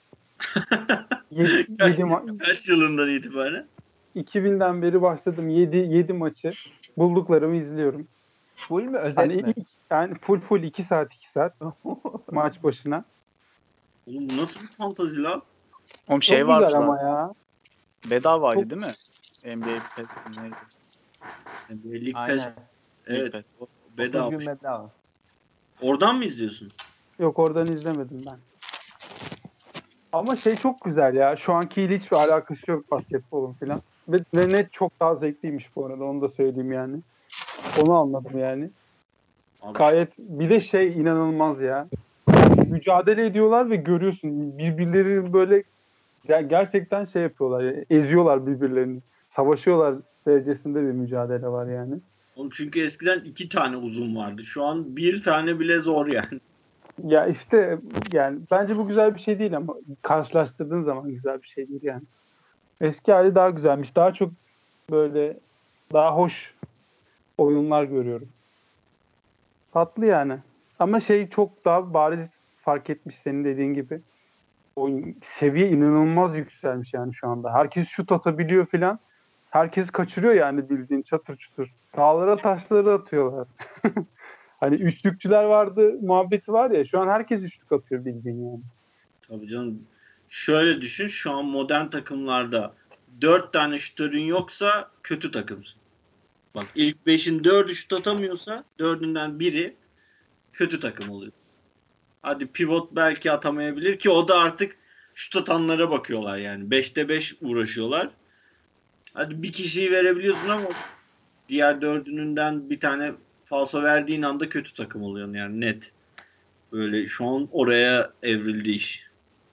7 Kaç yılından itibaren? 2000'den beri başladım. 7 maçı bulduklarımı izliyorum. Full mü özet Hani mi? yani full 2 saat maç başına. Oğlum bu nasıl bir fantazi lan? Oğlum Çok şey var güzel ama zaten. ya. Bedavaydı Çok- değil mi? NBA Pass neydi? Lig Pass. Aynen. Evet. Pass. Bedava. 30 gün bedava. Oradan mı izliyorsun? Yok oradan izlemedim ben. Ama şey çok güzel ya. Şu ankiyle hiçbir alakası yok basketbolun falan. Ve net çok daha zevkliymiş bu arada. Onu da söyleyeyim yani. Onu anladım yani. Abi, Gayet bir de şey inanılmaz ya. Mücadele ediyorlar ve görüyorsun birbirleri böyle gerçekten şey yapıyorlar. Ya, eziyorlar birbirlerini. Savaşıyorlar derecesinde bir mücadele var yani. oğlum çünkü eskiden 2 tane uzun vardı. Şu an 1 tane bile zor yani. Ya işte yani bence bu güzel bir şey değil ama karşılaştırdığın zaman güzel bir şey değil yani. Eski hali daha güzelmiş. Daha çok böyle daha hoş oyunlar görüyorum. Tatlı yani. Ama şey çok daha bariz fark etmiş senin dediğin gibi. Oyun seviye inanılmaz yükselmiş yani şu anda. Herkes şut atabiliyor filan. Herkes kaçırıyor yani bildiğin çatır çutur. Dağlara taşları atıyorlar. Hani üçlükçüler vardı muhabbeti var ya şu an herkes üçlük atıyor bildiğin yani. Tabii canım. Şöyle düşün. Şu an modern takımlarda 4 tane şutörün yoksa kötü takımsın. Bak ilk 5'in 4'ü şut atamıyorsa 4'ünden biri kötü takım oluyor. Hadi pivot belki atamayabilir ki o da artık şut atanlara bakıyorlar yani. 5'te 5 uğraşıyorlar. Hadi bir kişiyi verebiliyorsun ama diğer 4'ününden bir tane falso verdiğin anda kötü takım oluyorsun yani net. Böyle şu an oraya evrildi iş.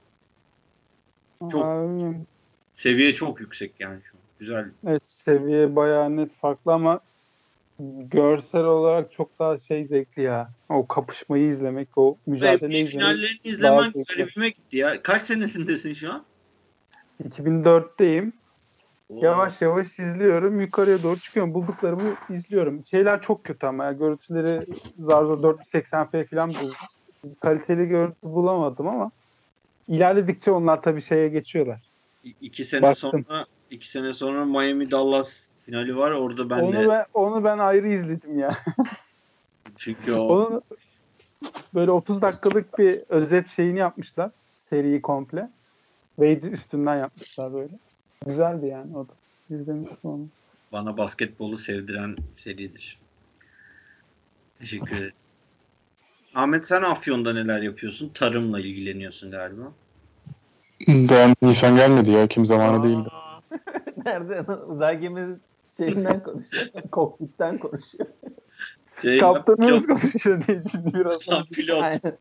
Çok. Abi, Seviye çok yüksek yani şu an. Güzel. evet seviye bayağı net farklı ama görsel olarak çok daha şey zevkli ya. O kapışmayı izlemek, o mücadeleyi izlemek Finallerini daha izlemen zevkli. garibime gitti ya. Kaç senesindesin şu an? 2004'teyim. Oo. Yavaş yavaş izliyorum. Yukarıya doğru çıkıyorum. Bulduklarımı izliyorum. Şeyler çok kötü ama ya. Görüntüleri zar zor 480p falan buldum. Kaliteli görüntü bulamadım ama ilerledikçe onlar tabii şeye geçiyorlar. 2 sene Baktım. sonra 2 sene sonra Miami Dallas finali var. Orada ben de Onu ben ayrı izledim ya. çünkü o Onun böyle 30 dakikalık bir özet şeyini yapmışlar. Seriyi komple. Wade üstünden yapmışlar böyle. Güzeldi yani o da. İzlemiştim onu. bana basketbolu sevdiren seridir. Teşekkür ederim. Ahmet sen Afyon'da neler yapıyorsun? Tarımla ilgileniyorsun galiba. Daha nişan gelmedi ya. Kim zamanı değildi. Nerede? Uzay gemisi şeyinden konuşuyor. Kokpitten konuşuyor. Kaptanımız konuşuyor diye şimdi biraz. Pilot. Aynen.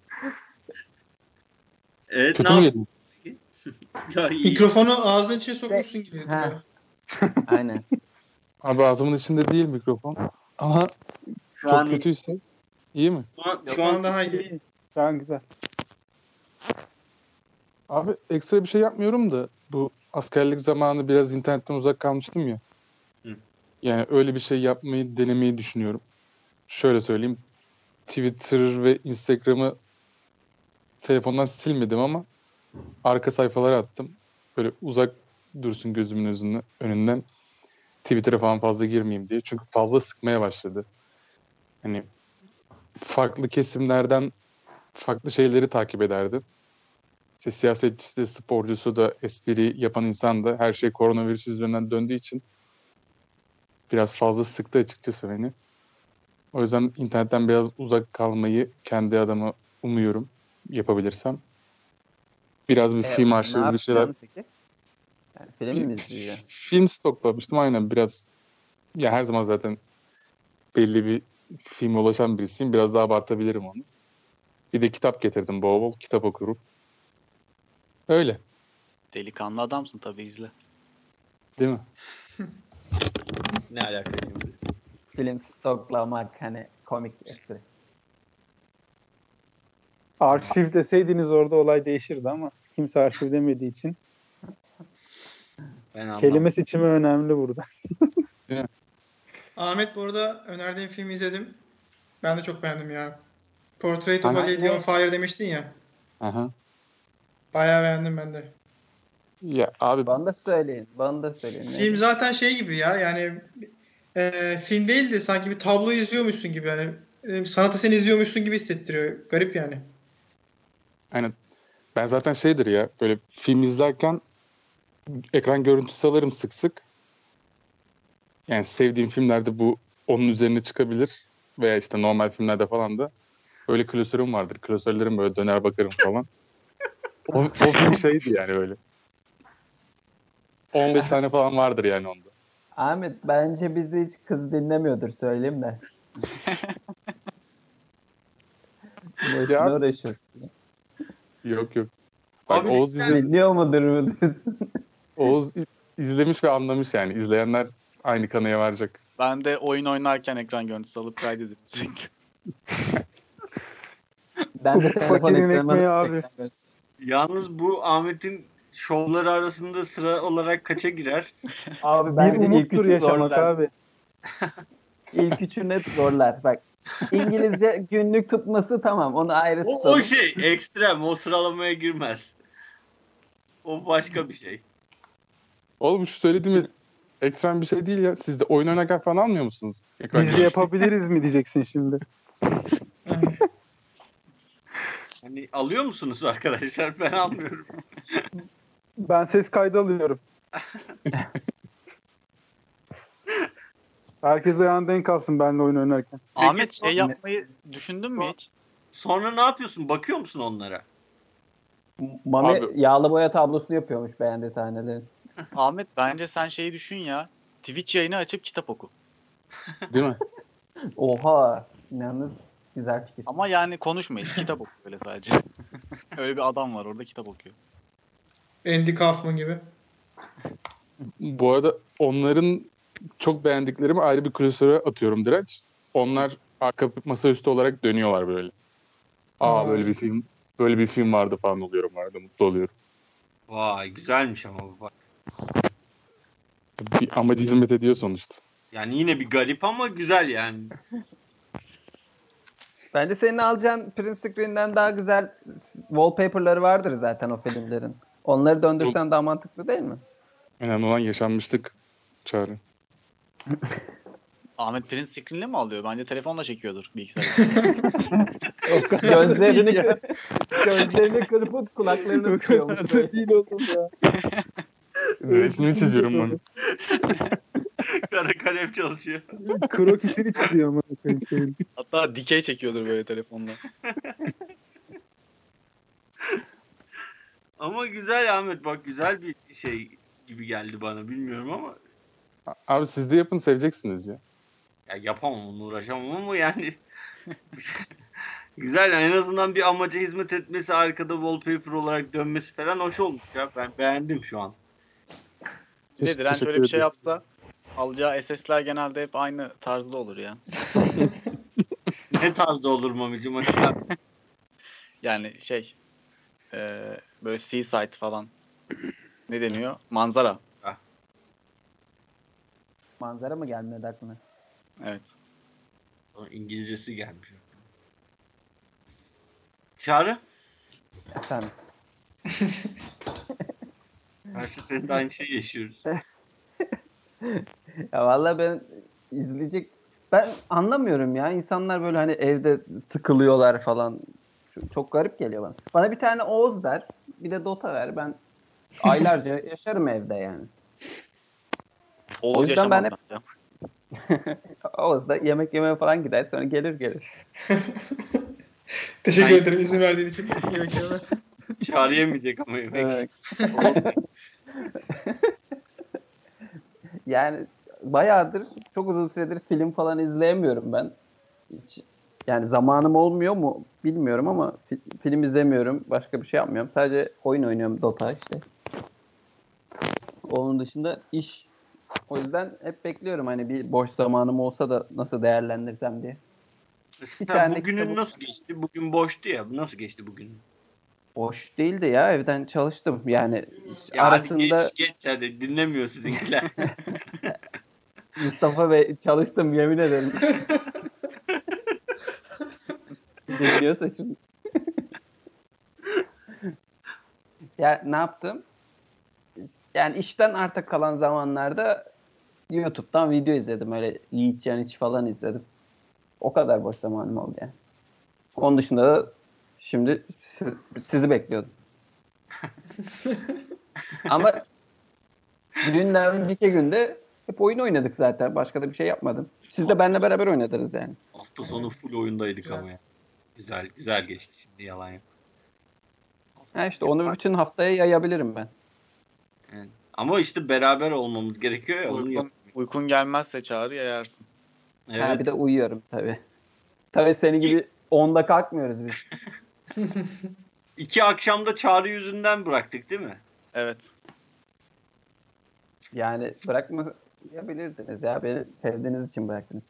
Evet Kötü ne mü yapıyorsun? yedim? Ya iyi. Mikrofonu ağzının içine sokmuşsun gibi. Ha. Aynen. Abi ağzımın içinde değil mikrofon. Ama Şu çok an kötüyse iyi mi? Şu an daha iyi. Şu an güzel. Abi ekstra bir şey yapmıyorum da bu askerlik zamanı biraz internetten uzak kalmıştım ya. Hı. Yani öyle bir şey yapmayı denemeyi düşünüyorum. Şöyle söyleyeyim. Twitter ve Instagram'ı telefondan silmedim ama arka sayfalara attım. Böyle uzak dursun gözümün önünden. Twitter'a falan fazla girmeyeyim diye. Çünkü fazla sıkmaya başladı. Hani farklı kesimlerden farklı şeyleri takip ederdim. İşte siyasetçisi de, sporcusu da, espri yapan insan da her şey koronavirüs üzerinden döndüğü için biraz fazla sıktı açıkçası beni. O yüzden internetten biraz uzak kalmayı kendi adıma umuyorum yapabilirsem. Biraz bir film Ne arşivi bir şeyler. yapacaksın peki? Yani film mi izleyeceksin? Film stoklamıştım aynen biraz. Ya her zaman zaten belli bir filme ulaşan birisiyim. Biraz daha abartabilirim onu. Bir de kitap getirdim bol bol. Kitap okurum. Öyle. Delikanlı adamsın tabii izle. Değil mi? ne alaka şimdi? Film stoklamak hani komik espri. Arşiv deseydiniz orada olay değişirdi ama kimse arşiv demediği için. Ben anlamadım. Kelime seçimi önemli burada. Ahmet bu arada önerdiğim filmi izledim. Ben de çok beğendim ya. Portrait of a Hangi? Lady on Fire demiştin ya. Aha. Bayağı beğendim ben de. Ya abi Bana da söyleyin. Bana da söyleyin. Film zaten şey gibi ya yani film değil de sanki bir tablo izliyormuşsun gibi yani sanatı sen izliyormuşsun gibi hissettiriyor. Garip yani. aynen. Ben zaten şeydir ya böyle film izlerken ekran görüntüsü alırım sık sık. Yani sevdiğim filmlerde bu onun üzerine çıkabilir veya işte normal filmlerde falan da öyle klasörüm vardır. Klasörlerim böyle döner bakarım falan. O film şeydi yani öyle. 15 tane falan vardır yani onda. Ahmet bence bizi hiç kız dinlemiyordur söyleyeyim de. Boşuna Ya- uğraşıyorsun. Yok yok. Bak Abi Oğuz, cidden- Dinliyor mudur mu diyorsun? Oğuz izlemiş ve anlamış yani. İzleyenler aynı kanıya varacak. Ben de oyun oynarken ekran görüntüsü alıp kaydedip sürekli. Ben de telefon Fakirin ekranına ekmeği abi. Yalnız bu Ahmet'in şovları arasında sıra olarak kaça girer? Abi Bir bence ilk umuttur üçü yaşamak zorlar. abi. İlk üçü net zorlar. Bak İngilizce günlük tutması tamam onu ayrı O tutalım. şey ekstrem, o sıralamaya girmez. O başka bir şey. Oğlum şu söylediğim ekstrem bir şey değil ya. Siz de oyun oynarken falan almıyor musunuz? Ekran Biz de görüntüsü. yapabiliriz mi diyeceksin şimdi. Hani alıyor musunuz arkadaşlar? Ben almıyorum. Ben ses kaydı alıyorum. Herkes ayağına denk alsın benimle oyun oynarken. Ahmet sonra- şey yapmayı düşündün mü hiç? Sonra ne yapıyorsun? Bakıyor musun onlara? Mami Abi- yağlı boya tablosunu yapıyormuş beğendiği sahnelerin. Ahmet bence sen şeyi düşün ya. Twitch yayını açıp kitap oku. Değil mi? Oha. Yalnız güzel fikir. Ama yani konuşma hiç. Kitap oku böyle sadece. Öyle bir adam var orada kitap okuyor. Andy Kaufman gibi. Bu arada onların çok beğendiklerimi ayrı bir klasöre atıyorum direnç. Onlar arka masaüstü olarak dönüyorlar böyle. Aa. Böyle bir film vardı falan oluyorum arada mutlu oluyorum. Vay güzelmiş ama bu. Bak. Bir amacı hizmet ediyor sonuçta. Yani yine bir garip ama güzel yani. Bence senin alacağın print screen'den daha güzel wallpaper'ları vardır zaten o filmlerin. Onları döndürsen daha mantıklı değil mi? Önemli olan yaşanmışlık Çağrı. Ahmet print screen'le mi alıyor? Bence telefonla çekiyordur bilgisayarda. Gözlerini kırpıp kulaklarını tutuyormuş. böyle. Değil oğlum ya. Resmini çiziyorum bunu. Kara kalem çalışıyor. Krokisini çiziyor ama şeyin. Hatta dikey çekiyordur böyle telefonla. Ama güzel Ahmet, bak güzel bir şey gibi geldi bana, bilmiyorum ama Abi siz de yapın seveceksiniz ya. ya yapamam, onu uğraşamam ama yani güzel yani, en azından bir amaca hizmet etmesi, arkada wallpaper olarak dönmesi falan hoş olmuş ya, ben beğendim şu an. Nedir? Yani Teşekkür böyle bir şey ederim. yapsa alacağı SS'ler genelde hep aynı tarzda olur ya. Ne tarzda olur Mami'cim acaba? Yani şey böyle seaside falan. Ne deniyor? Manzara. Manzara mı gelmedi aklına? Evet. İngilizcesi gelmiş. Çağrı? Efendim. Her seferinde aynı şeyi yaşıyoruz. Ya vallahi ben anlamıyorum ya. İnsanlar böyle hani evde sıkılıyorlar falan. Çok garip geliyor bana. Bana bir tane Oğuz ver, bir de Dota ver. Ben aylarca yaşarım evde yani. O Oğuz yüzden ben yaşamaz bence. Oğuz da yemek yemeye falan gider, sonra gelir. Teşekkür Aynen. ederim izin verdiğin için. Yemek yeme. Çağrı yemeyecek ama yemek. Evet. Yani bayağıdır, çok uzun süredir film falan izleyemiyorum ben. Hiç, yani zamanım olmuyor mu bilmiyorum ama film izlemiyorum. Başka bir şey yapmıyorum. Sadece oyun oynuyorum, Dota işte. Onun dışında iş. O yüzden hep bekliyorum hani bir boş zamanım olsa da nasıl değerlendirsem diye. Mesela tane bugünün kitabı- nasıl geçti? Bugün boştu ya. Nasıl geçti bugün? Boş değildi ya, evden çalıştım. Yani Ya arasında hadi geç hadi dinlemiyor sizinkiler. Mustafa Bey çalıştım yemin ederim. Dinliyorsa şimdi. Ya ne yaptım? Yani işten arta kalan zamanlarda YouTube'dan video izledim. Öyle Yiğit Caniç falan izledim. O kadar boş zamanım oldu yani. Onun dışında da şimdi sizi bekliyordum. Ama dünden önceki günde hep oyun oynadık zaten. Başka da bir şey yapmadım. Siz de benimle beraber oynadınız yani. Hafta sonu full oyundaydık Güzel. ama ya. Güzel güzel geçti şimdi yalan yok. Ha işte onu bütün haftaya yayabilirim ben. Yani. Ama işte beraber olmamız gerekiyor ya. Onu Uykun gelmezse çağır yayarsın. Evet. Ha bir de uyuyorum tabii. Tabii senin gibi 10'da kalkmıyoruz biz. 2 akşamda Çağrı yüzünden bıraktık değil mi? Evet. Yani bırakmayabilirdiniz ya. Beni sevdiğiniz için bıraktınız.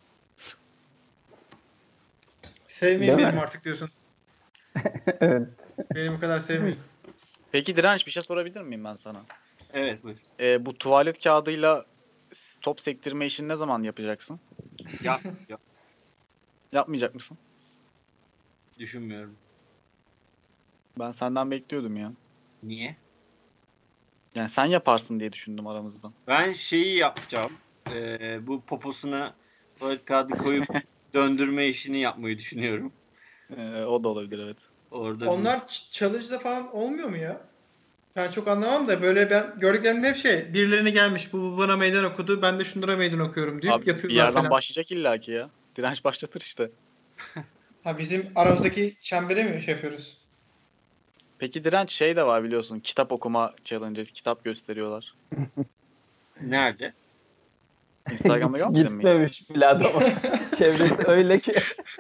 Sevmeyin Değil benim mi? artık diyorsun. Evet. Beni bu kadar sevmeyin. Peki Direnç bir şey sorabilir miyim ben sana? Evet buyur. Bu tuvalet kağıdıyla top sektirme işini ne zaman yapacaksın? Yap. Yapmayacak mısın? Düşünmüyorum. Ben senden bekliyordum ya. Niye? Yani sen yaparsın diye düşündüm aramızda. Ben şeyi yapacağım. Bu poposuna tuvalet kağıdı koyup döndürme işini yapmayı düşünüyorum. O da olabilir evet. Orada Onlar challenge'da falan olmuyor mu ya? Ben çok anlamam da böyle ben gördüklerim hep birilerine gelmiş bu bana meydan okudu ben de şunlara meydan okuyorum deyip Abi bir yapıyorlar yerden falan. başlayacak illaki ya. Direnç başlatır işte. Ha bizim aramızdaki çembere mi şey yapıyoruz? Peki Direnç şey de var biliyorsun. Kitap okuma challenge. Kitap gösteriyorlar. nerede? Instagram'da Hiç görmedin mi? gitmemiş bile adama. Çevresi öyle ki.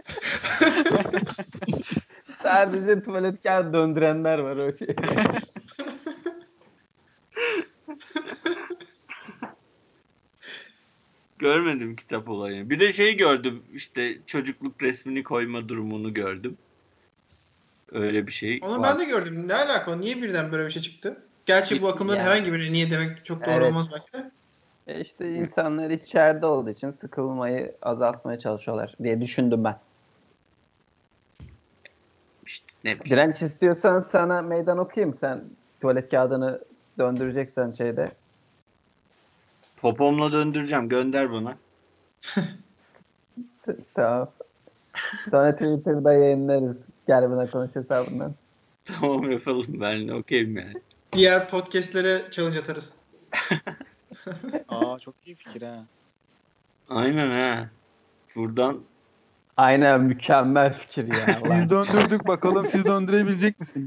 Sadece tuvalet kağıdı döndürenler var o şey. Görmedim kitap olayını. Bir de şey gördüm. İşte çocukluk resmini koyma durumunu gördüm. Öyle bir şey Onu var. ben de gördüm. Ne alaka o? Niye birden böyle bir şey çıktı? Gerçi bu akımların Yani. herhangi birine niye demek çok doğru Evet. olmaz belki de. İşte insanlar içeride olduğu için sıkılmayı azaltmaya çalışıyorlar diye düşündüm ben. İşte ne bileyim. Direnç istiyorsan sana meydan okuyayım, sen tuvalet kağıdını döndüreceksen şeyde. Popomla döndüreceğim. Gönder bana. Tamam. Sonra Twitter'da yayınlarız. Gel buna konuş hesabından. Tamam yapalım. Ben okeyim yani. Diğer podcastlere challenge atarız. Aa çok iyi fikir ha. Aynen ha. Buradan Aynen, mükemmel fikir ya. Biz Lan. döndürdük, bakalım siz döndürebilecek misiniz?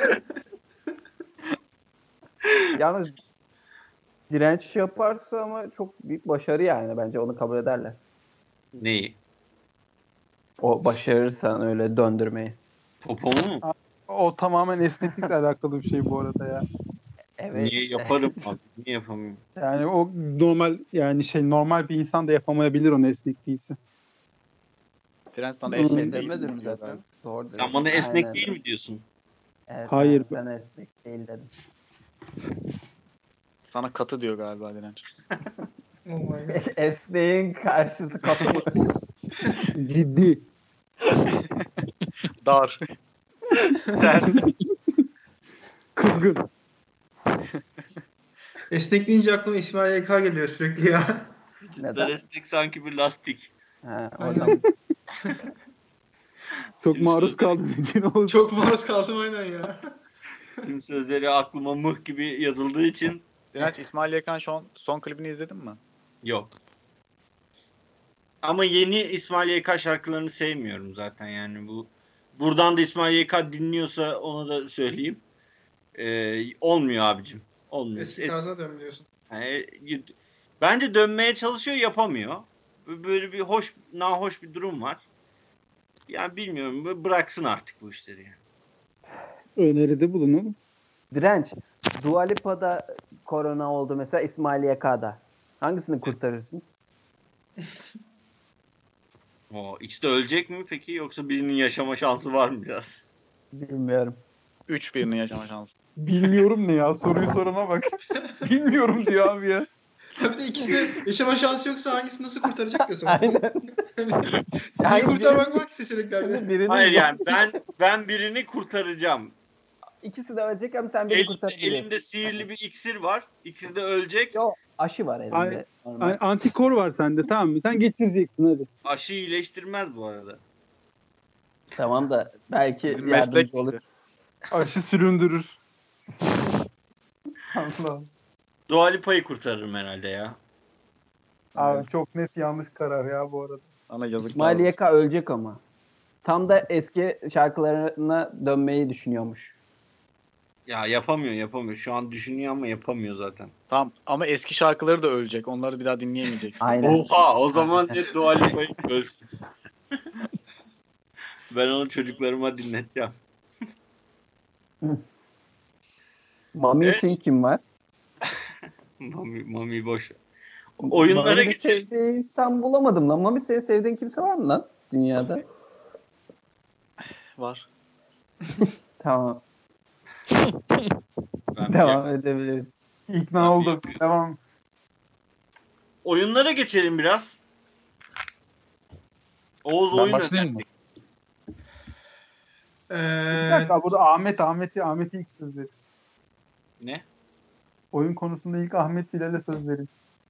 Yalnız direnç yaparsa ama çok büyük başarı yani, bence onu kabul ederler. neyi? O başarırsan öyle döndürmeyi. Popomu mu? O tamamen esneklikle alakalı bir şey bu arada ya. Evet. Niye yaparım abi? Niye yapamıyorum? Yani o normal, yani normal bir insan da yapamayabilir onu, esnek değilse. Direnç sana Esnek esnek değil demedim mi? zaten. Doğru dedim. Sen bana esnek Aynen. değil mi diyorsun? Evet, Hayır. ben esnek değil dedim. Sana katı diyor galiba Direnç. Oh my god. Esneğin karşısı katı. Ciddi. Dar. Kızgın. Esnek deyince aklıma İsmail YK geliyor sürekli ya. Neden? Esnek sanki bir lastik. Ha, o Aynen. zaman. Çok maruz kaldığım için oldu. Çok maruz kaldım aynen ya. Tüm sözleri aklıma mıh gibi yazıldığı için Direnç İsmail Yakan son klibini izledin mi? yok. Ama yeni İsmail YK şarkılarını sevmiyorum zaten yani bu. Buradan da İsmail YK dinliyorsa onu da söyleyeyim. Olmuyor abicim. Olmuyor. Eski tarzına dönmüyorsun. Yani, bence dönmeye çalışıyor, yapamıyor. Böyle bir nahoş bir durum var. Yani bilmiyorum, bıraksın artık bu işleri yani. Öneride bulunalım. Direnç. Dua Lipa'da korona oldu mesela, İsmail YK'da. Hangisini kurtarırsın? İkisi de ölecek mi peki, yoksa birinin yaşama şansı var mı biraz? Bilmiyorum. 3 birini yaşama şansı. Bilmiyorum ne ya? Soruyu sorana bak. Bilmiyorum diyor abi ya. Bir de ikisi de yaşama şansı yoksa hangisini nasıl kurtaracak diyorsun. Aynen. İyi kurtarmak var ki seçeneklerde. Birinin Hayır yani ben birini kurtaracağım. İkisi de ölecek ama sen beni kurtaracaksın. Elimde sihirli bir iksir var. İkisi de ölecek. Yo, aşı var elinde. Ay- Normal. Antikor var sende, tamam mı? Sen geçireceksin hadi. Aşı iyileştirmez bu arada. Tamam da belki Bizim yardımcı meslek olur. miydi? Aşı süründürür. Allah. Dua Lipa'yı kurtarırım herhalde ya. Abi çok net yanlış karar ya bu arada. Sana yazık. İsmail YK ölecek ama. Tam da eski şarkılarına dönmeyi düşünüyormuş. Ya yapamıyor. Şu an düşünüyor ama yapamıyor zaten. Tamam ama eski şarkıları da ölecek. Onları bir daha dinleyemeyecek. Aynen. Oha, o zaman net Dua Lipa'yı ölsün. Ben onu çocuklarıma dinleteceğim. Mami Evet. için kim var? Mami boş. Oyunlara Mami'yi geçelim. sevdiği insan bulamadım lan. Mami seni sevdiğin kimse var mı lan dünyada? Var. Tamam. Ben Devam edebiliriz. İkna olduk. Devam. Oyunlara geçelim biraz. Oğuz Ben oyun başlayayım mı? önerdi. Bir dakika, burada Ahmet'i ilk söz verin. Ne? Oyun konusunda ilk Ahmet Bilal'e söz verin.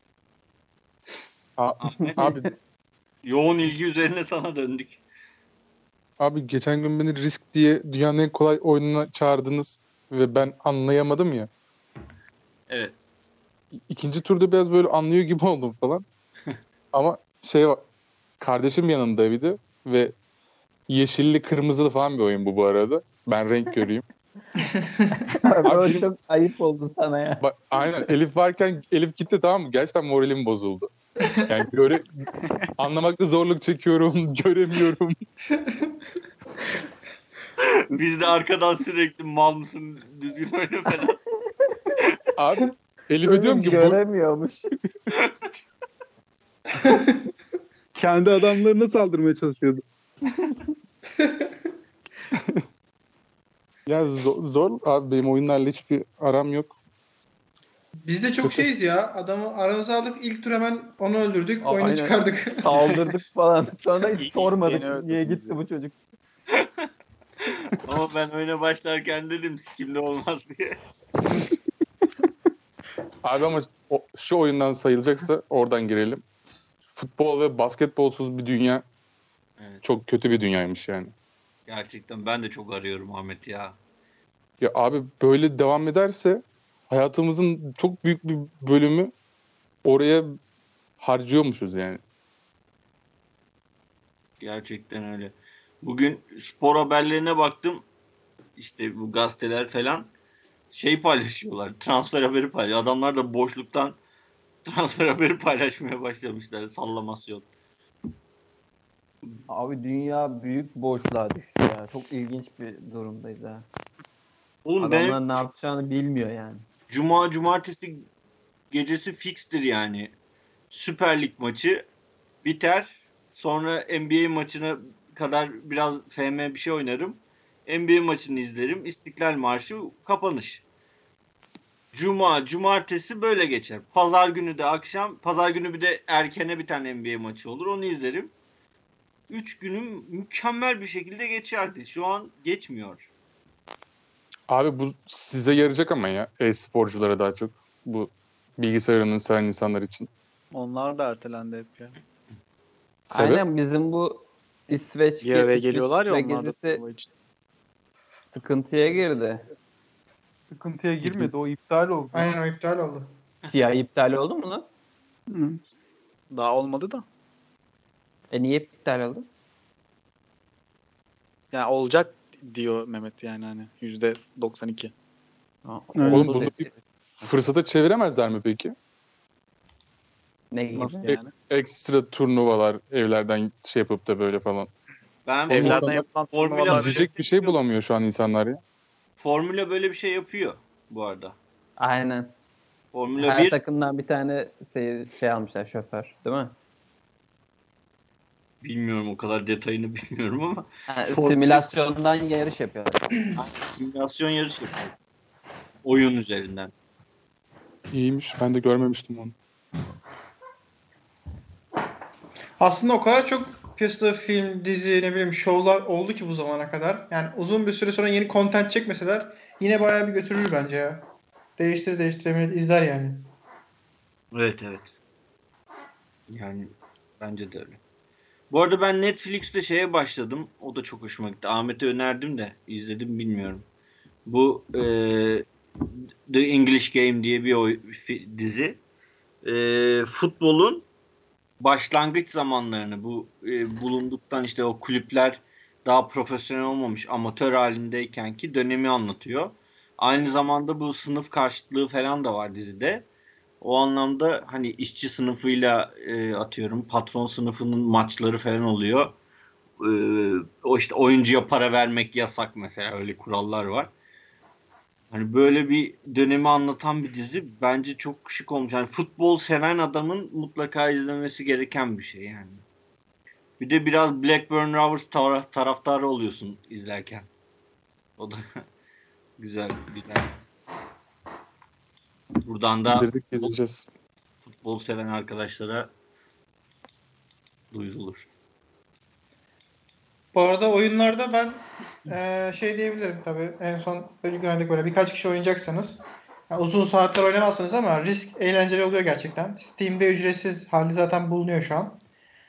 Ahmet, Abi yoğun ilgi üzerine sana döndük. Abi geçen gün beni Risk diye dünyanın en kolay oyununa çağırdınız ve ben anlayamadım ya. Evet. İkinci turda biraz böyle anlıyor gibi oldum falan. Ama şey var. Kardeşim yanımdaydı ve yeşilli kırmızılı falan bir oyun bu arada. Ben renk göreyim. Abi o Abi- çok ayıp oldu sana ya. Aynen Elif varken Elif gitti, tamam mı? Gerçekten moralim bozuldu. Yani anlamakta zorluk çekiyorum, göremiyorum. Biz de arkadan sürekli mal mısın düzgün oyna falan. Abi Elif'e diyorum ki bu, Göremiyormuş. Kendi adamlarına saldırmaya çalışıyordu. ya zor abi, benim oyunlarla hiçbir aram yok. Biz de çok şeyiz ya. Adamı aramıza aldık. İlk tur hemen onu öldürdük. Oyunu Aynen. çıkardık. Saldırdık falan. Sonra hiç Yeni sormadık öğrendiniz niye ya. gitti bu çocuk. Ama ben oyuna başlarken dedim sikimde olmaz diye. Abi ama şu oyundan sayılacaksa oradan girelim. Futbol ve basketbolsuz bir dünya Evet. çok kötü bir dünyaymış yani. Gerçekten ben de çok arıyorum Ahmet ya. Ya abi böyle devam ederse hayatımızın çok büyük bir bölümü oraya harcıyormuşuz yani. Gerçekten öyle. Bugün spor haberlerine baktım. İşte bu gazeteler falan şey paylaşıyorlar. Transfer haberi paylaşıyor. Adamlar da boşluktan transfer haberi paylaşmaya başlamışlar. Sallamasyon. Abi dünya büyük boşluğa düştü ya. Çok ilginç bir durumdayız ha. Oğlum Adamlar benim ne yapacağını bilmiyor yani. cumartesi gecesi fikstir yani. Süper Lig maçı biter. Sonra NBA maçına kadar biraz FM bir şey oynarım. NBA maçını izlerim. İstiklal Marşı kapanış. Cumartesi böyle geçer. Pazar günü de akşam, pazar günü bir de erkene bir tane NBA maçı olur. Onu izlerim. 3 günüm mükemmel bir şekilde geçerdi. Şu an geçmiyor. Abi bu size yarayacak ama ya e-sporculara daha çok. Bu bilgisayarını seven insanlar için. Onlar da ertelendi hep ya. Sebep? Aynen bizim bu İsveç Bir araya İsviçre geliyorlar ya onlar da gezisi turnuva için. sıkıntıya girdi. Sıkıntıya girmedi. O iptal oldu. Aynen, o iptal oldu. Ya iptal oldu mu lan? Hı. Daha olmadı da. Niye iptal oldu? Yani olacak diyor Mehmet yani hani %92. Evet. Oğlum bunu bir fırsata çeviremezler mi peki? Ne gibi? Nasıl yani? Ekstra turnuvalar evlerden şey yapıp da böyle falan. Ben Evlerden insanlar yapılan Formula turnuvalar İzleyecek bir şey bulamıyor şu an insanlar ya. Formula böyle bir şey yapıyor bu arada. Aynen. Formula Her 1 takımdan bir tane şey almışlar şoför, değil mi? Bilmiyorum, o kadar detayını bilmiyorum ama Yani simülasyondan yarış yapıyorlar. simülasyon yarış yapıyor. Oyun üzerinden. İyiymiş. Ben de görmemiştim onu. Aslında o kadar çok piyasada film, dizi, ne bileyim şovlar oldu ki bu zamana kadar. Yani uzun bir süre sonra yeni content çekmeseler yine bayağı bir götürür bence ya. Değiştir millet izler yani. Evet. Yani bence de öyle. Bu arada ben Netflix'te şeye başladım. O da çok hoşuma gitti. Ahmet'e önerdim de izledim bilmiyorum. Bu The English Game diye bir dizi. Futbolun başlangıç zamanlarını, bu bulunduktan işte o kulüpler daha profesyonel olmamış, amatör halindeyken ki dönemi anlatıyor. Aynı zamanda bu sınıf karşıtlığı falan da var dizide. O anlamda hani işçi sınıfıyla atıyorum patron sınıfının maçları falan oluyor. O işte oyuncuya para vermek yasak mesela, öyle kurallar var. Hani böyle bir dönemi anlatan bir dizi bence çok şık olmuş. Yani futbol seven adamın mutlaka izlemesi gereken bir şey yani. Bir de biraz Blackburn Rovers taraftarı oluyorsun izlerken. O da güzel. Buradan da İndirdik izleyeceğiz. futbol seven arkadaşlara duyurulur. Bu arada oyunlarda ben şey diyebilirim tabii. En son önceki böyle birkaç kişi oynayacaksanız yani uzun saatler oynamazsınız ama Risk eğlenceli oluyor gerçekten. Steam'de ücretsiz hali zaten bulunuyor şu an.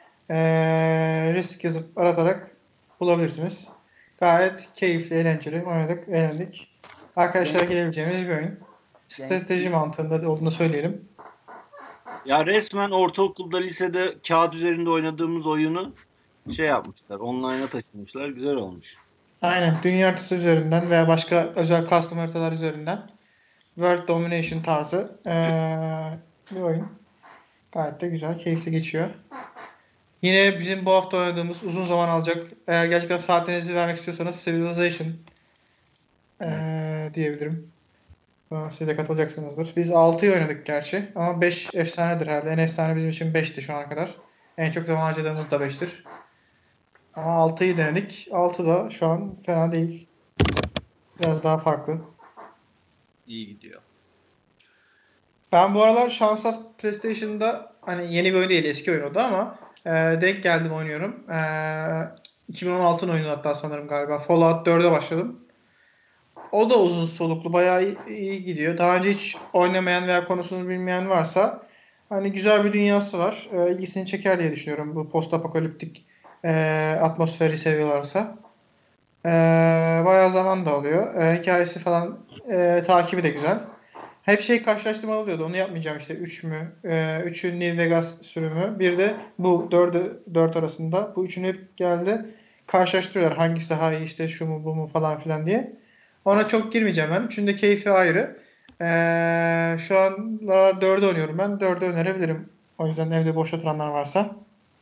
Risk yazıp aratarak bulabilirsiniz. Gayet keyifli, eğlenceli. Oynadık, eğlendik. Arkadaşlara gelebileceğimiz bir oyun. Strateji mantığında olduğunu söyleyelim. Ya resmen ortaokulda, lisede kağıt üzerinde oynadığımız oyunu şey yapmışlar. Online'a taşımışlar. Güzel olmuş. Aynen. Dünya haritası üzerinden veya başka özel custom haritalar üzerinden World Domination tarzı bir oyun. Gayet de güzel, keyifli geçiyor. Yine bizim bu hafta oynadığımız uzun zaman alacak. Eğer gerçekten saatlerinizi vermek istiyorsanız Civilization diyebilirim. Siz de katılacaksınızdır. Biz 6'yı oynadık gerçi. Ama 5 efsanedir herhalde. En efsane bizim için 5'ti şu ana kadar. En çok zaman harcadığımız da 5'tir. Ama 6'yı denedik. 6 da şu an fena değil. Biraz daha farklı. İyi gidiyor. Ben bu aralar şansa PlayStation'da hani yeni bir oyun değil, eski oyun o da ama denk geldim oynuyorum. 2016'ın oyunu hatta sanırım galiba. Fallout 4'e başladım. O da uzun soluklu, bayağı iyi gidiyor. Daha önce hiç oynamayan veya konusunu bilmeyen varsa hani güzel bir dünyası var. İlgisini çeker diye düşünüyorum bu post apokaliptik atmosferi seviyorlarsa. Bayağı zaman da alıyor. Hikayesi falan takibi de güzel. Hep şey karşılaştırmalı oluyordu. Onu yapmayacağım işte. 3 mü? 3'ü New Vegas sürümü. Bir de bu 4 arasında. Bu üçünü hep genelde karşılaştırıyorlar. Hangisi daha iyi işte şu mu bu mu falan filan diye. Ona çok girmeyeceğim ben. Üçünün de keyfi ayrı. Şu an 4'ü oynuyorum ben. 4'ü önerebilirim. O yüzden evde boş oturanlar varsa.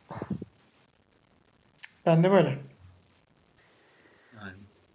Ben de böyle. Yani.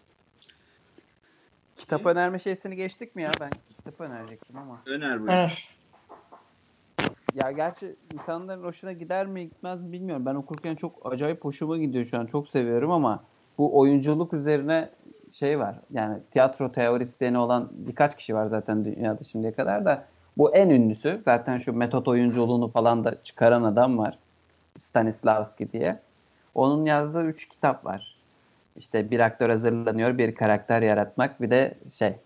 Kitap önerme şeysini geçtik mi ya? Ben kitap önerecektim ama. Öner böyle. Evet. Ya gerçi insanların hoşuna gider mi gitmez mi bilmiyorum. Ben okurken çok acayip hoşuma gidiyor şu an. Çok seviyorum ama bu oyunculuk üzerine şey var. Yani tiyatro teorisyeni olan birkaç kişi var zaten dünyada şimdiye kadar da. Bu en ünlüsü. Zaten şu metot oyunculuğunu falan da çıkaran adam var. Stanislavski diye. Onun yazdığı 3 kitap var. İşte bir aktör hazırlanıyor, bir karakter yaratmak, bir de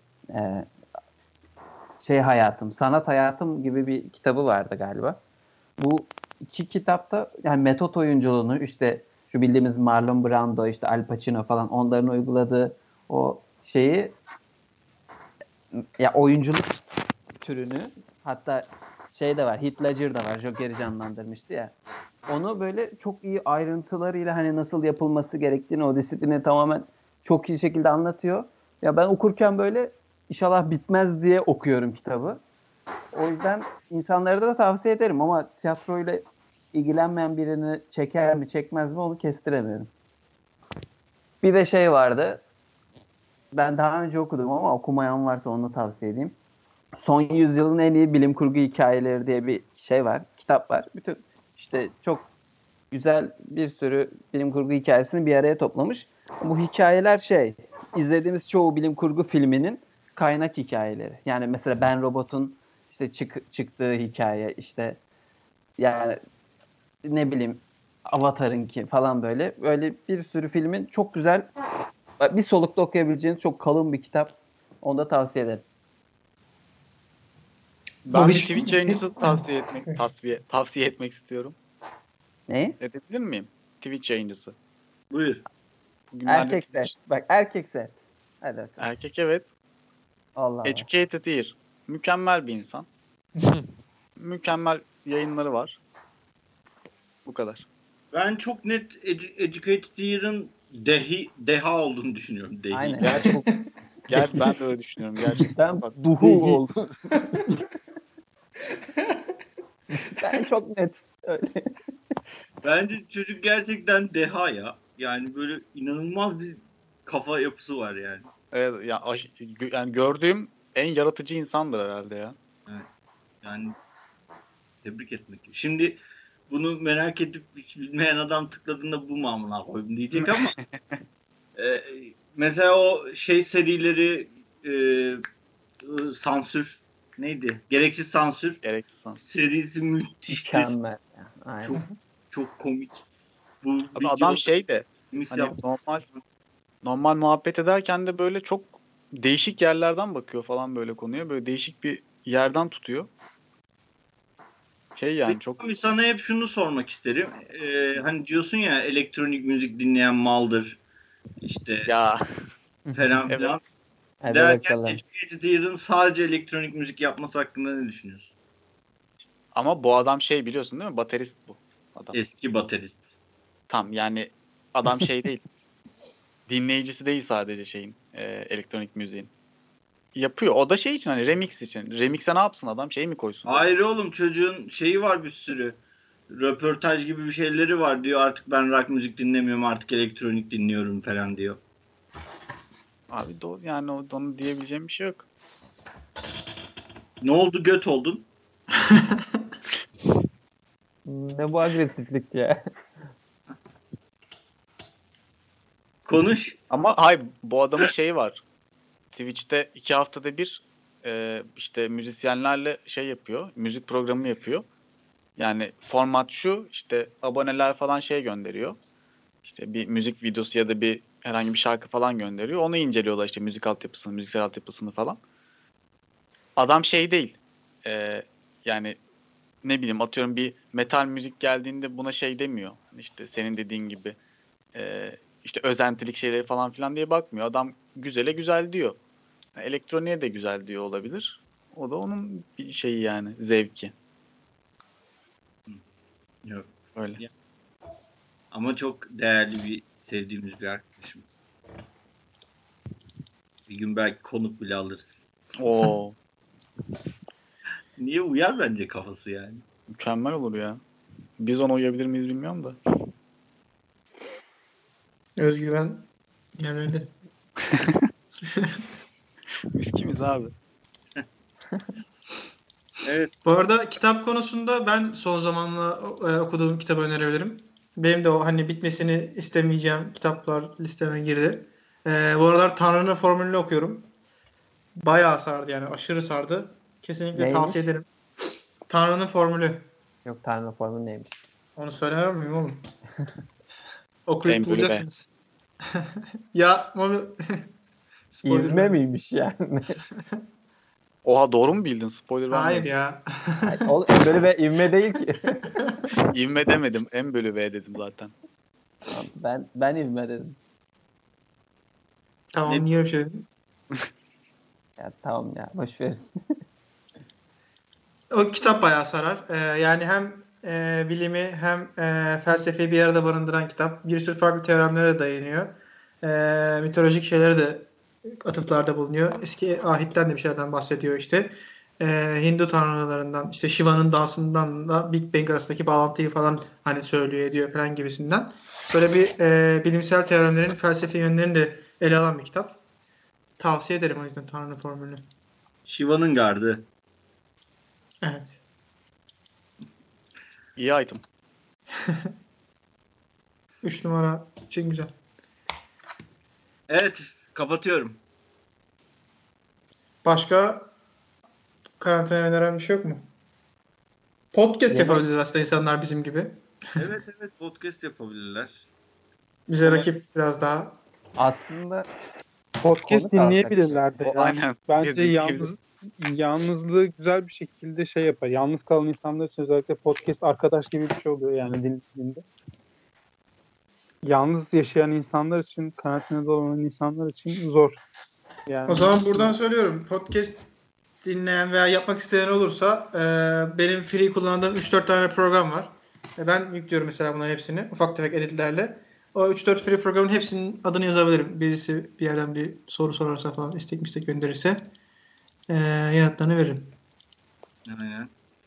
hayatım, sanat hayatım gibi bir kitabı vardı galiba. Bu iki kitapta yani metot oyunculuğunu işte şu bildiğimiz Marlon Brando, işte Al Pacino falan onların uyguladığı o şeyi ya oyunculuk türünü hatta şey de var, Heath Ledger da var, Joker'i canlandırmıştı ya. Onu böyle çok iyi ayrıntılarıyla hani nasıl yapılması gerektiğini o disiplini tamamen çok iyi şekilde anlatıyor. Ya ben okurken böyle inşallah bitmez diye okuyorum kitabı. O yüzden insanlara da tavsiye ederim ama tiyatroyla ilgilenmeyen birini çeker mi çekmez mi onu kestiremiyorum. Bir de şey vardı. Ben daha önce okudum ama okumayan varsa onu tavsiye edeyim. Son yüzyılın en iyi bilim kurgu hikayeleri diye bir şey var. Kitap var. Bütün işte çok güzel bir sürü bilim kurgu hikayesini bir araya toplamış. Bu hikayeler izlediğimiz çoğu bilim kurgu filminin kaynak hikayeleri. Yani mesela Ben Robot'un işte çıktığı hikaye, işte yani ne bileyim Avatar'ınki falan böyle bir sürü filmin çok güzel, bir solukta okuyabileceğiniz çok kalın bir kitap. Onu da tavsiye ederim. Ben bir hiç- Twitch yayıncısı tavsiye etmek istiyorum. Neyi? Edebilir miyim? Twitch yayıncısı. Buyur. Bugünlerde Erkekse. Bak erkekse. Hadi bakalım. erkek, evet. Allah Allah. Educated Ear. Mükemmel bir insan. Mükemmel yayınları var. Bu kadar. Ben çok net Educated Ear'ın deha olduğunu düşünüyorum. Dehi. Aynen. Ben de öyle düşünüyorum gerçekten. Ben duhu oldum. Ben çok net öyle. Bence çocuk gerçekten deha ya. Yani böyle inanılmaz bir kafa yapısı var yani. Evet, yani gördüğüm en yaratıcı insandır herhalde ya. Yani tebrik etmek. Şimdi bunu merak edip hiç bilmeyen adam tıkladığında bu mu amına koyayım diyecek ama mesela o serileri sansür neydi? Gereksiz sansür Gerekirse. serisi müthiştir. Mükemmel. Aynen. Çok çok komik. Bu Abi adam de mix hani yaptı. normal muhabbet ederken de böyle çok değişik yerlerden bakıyor falan böyle konuya. Böyle değişik bir yerden tutuyor. Yani Peki, çok sana hep şunu sormak isterim. Hani diyorsun ya elektronik müzik dinleyen maldır. İşte ya falan Evet. filan. Hadi Derken bakalım. Educated Ear'ın sadece elektronik müzik yapması hakkında ne düşünüyorsun? ama bu adam biliyorsun değil mi? Baterist bu adam. Eski baterist. Tam yani adam değil. Dinleyicisi değil sadece elektronik müziğin. Yapıyor. O da için hani remix için. Remix'e ne yapsın adam? Mi koysun? Hayır oğlum, çocuğun var bir sürü. Röportaj gibi bir şeyleri var diyor. Artık ben rock müzik dinlemiyorum, artık elektronik dinliyorum falan diyor. Abi doğru, yani onu diyebileceğim bir şey yok. Ne oldu, göt oldun? Ne bu agresiflik ya. Konuş. Ama hayır, bu adamın var. Twitch'te 2 haftada bir işte müzisyenlerle yapıyor. Müzik programı yapıyor. Yani format şu, işte aboneler falan gönderiyor. İşte bir müzik videosu ya da herhangi bir şarkı falan gönderiyor. Onu inceliyorlar, işte müziksel altyapısını falan. Adam değil. Yani ne bileyim, atıyorum bir metal müzik geldiğinde buna demiyor. İşte senin dediğin gibi işte özentilik şeyleri falan filan diye bakmıyor. Adam güzele güzel diyor. Elektroniğe de güzel diyor olabilir. O da onun bir yani, zevki. Yok. Öyle. Ama çok değerli sevdiğimiz bir arkadaşım. Bir gün belki konuk bile alırız. Oo, Niye, uyar bence kafası yani. mükemmel olur ya. Biz ona uyabilir miyiz bilmiyorum da. Özgüven yerlerde. Biz kimiz abi? Evet. Bu arada kitap konusunda ben son zamanla okuduğum kitabı önerebilirim. Benim de o bitmesini istemeyeceğim kitaplar listeme girdi. Bu aralar Tanrı'nın Formülünü okuyorum. Bayağı sardı, yani aşırı sardı. Kesinlikle Neymiş? tavsiye ederim. Tanrı'nın Formülü. Yok, Tanrı formu neymiş? Onu söylemem miyim oğlum? Okuyup En bölü bulacaksınız. Ya onu spoiler İvme vermem. miymiş yani? Oha, doğru mu bildin? Spoiler Hayır vermedim. ya. Oğlum böyle bir ivme değil ki. İvme demedim. En bölü V dedim zaten. Ben ivme dedim. Tamam, Ne- niye öyle bir şey dedin? Ya tamam ya, boş ver. O kitap bayağı sarar. Yani hem bilimi hem felsefeyi bir arada barındıran kitap. Bir sürü farklı teoremlere dayanıyor. Mitolojik şeylere de atıflarda bulunuyor. Eski ahitten de bir şeylerden bahsediyor işte. Hindu tanrılarından, işte Shiva'nın dansından da Big Bang arasındaki bağlantıyı falan söylüyor ediyor falan gibisinden. Böyle bir bilimsel teoremlerin felsefi yönlerini de ele alan bir kitap. Tavsiye ederim o yüzden Tanrı'nın Formülünü. Shiva'nın gardı. Evet. İyi item. 3 numara için güzel. Evet, kapatıyorum. Başka karantina öneren bir şey yok mu? Podcast yapabiliriz aslında insanlar bizim gibi. Evet podcast yapabilirler. Bize Ama- rakip biraz daha. Aslında Podcast Konu dinleyebilirler de. O, ya. aynen. Bence yalnızlığı güzel bir şekilde şey yapar. Yalnız kalan insanlar için özellikle podcast arkadaş gibi bir şey oluyor yani dinlediğinde. Yalnız yaşayan insanlar için, karantinada olan insanlar için zor. Yani O zaman buradan söylüyorum. Podcast dinleyen veya yapmak isteyen olursa benim free kullandığım 3-4 tane program var. Ben yüklüyorum mesela bunların hepsini. Ufak tefek editlerle. O 3-4 free programın hepsinin adını yazabilirim. Birisi bir yerden bir soru sorarsa falan istek gönderirse yanıtlarını veririm. Aynen.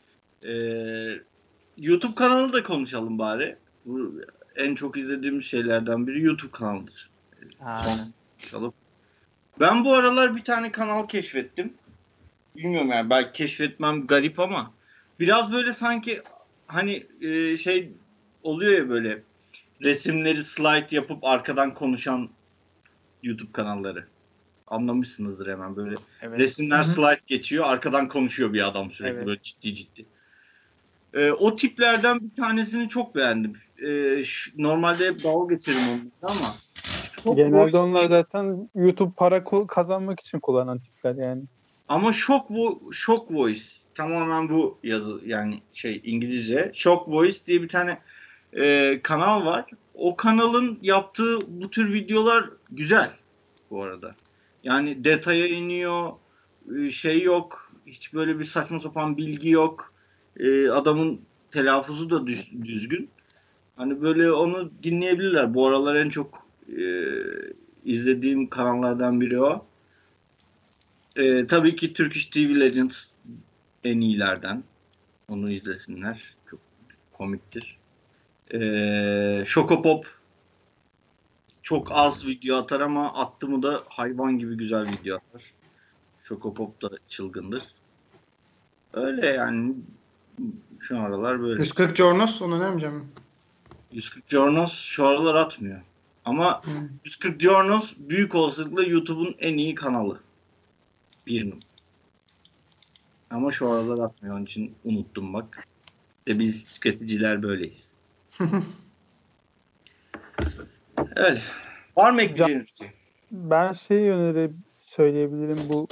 YouTube kanalı da konuşalım bari. Bu en çok izlediğimiz şeylerden biri YouTube kanalıdır. aynen. Konuşalım. Ben bu aralar bir tane kanal keşfettim. Bilmiyorum yani belki keşfetmem garip ama biraz böyle sanki hani şey oluyor ya böyle resimleri slide yapıp arkadan konuşan YouTube kanalları. Anlamışsınızdır hemen böyle. Evet. Resimler Hı hı. slide geçiyor, arkadan konuşuyor bir adam sürekli Evet. böyle ciddi. O tiplerden bir tanesini çok beğendim. Normalde hep dalga geçerim onunla ama çok genelde boş- onlar zaten YouTube para kazanmak için kullanan tipler yani. ama Shock Voice tamamen bu yazı yani İngilizce Shock Voice diye bir tane kanal var. O kanalın yaptığı bu tür videolar güzel bu arada. Yani detaya iniyor, yok, hiç böyle bir saçma sapan bilgi yok. Adamın telaffuzu da düzgün. Hani böyle onu dinleyebilirler. Bu aralar en çok izlediğim kanallardan biri o. Tabii ki Turkish TV Legends en iyilerden. Onu izlesinler. Çok komiktir. Şokopop çok az video atar ama attı mı da hayvan gibi güzel video atar. Şokopop da çılgındır. Öyle yani şu aralar böyle. 140 Jornos onu önermeyeceğim. 140 Jornos şu aralar atmıyor. Ama 140 Jornos büyük olasılıkla YouTube'un en iyi kanalı. Bir numara. Ama şu aralar atmıyor. Onun için unuttum bak. Biz tüketiciler böyleyiz. Öyle. Var mı ekleyeceğiniz bir şey? Ben söyleyebilirim bu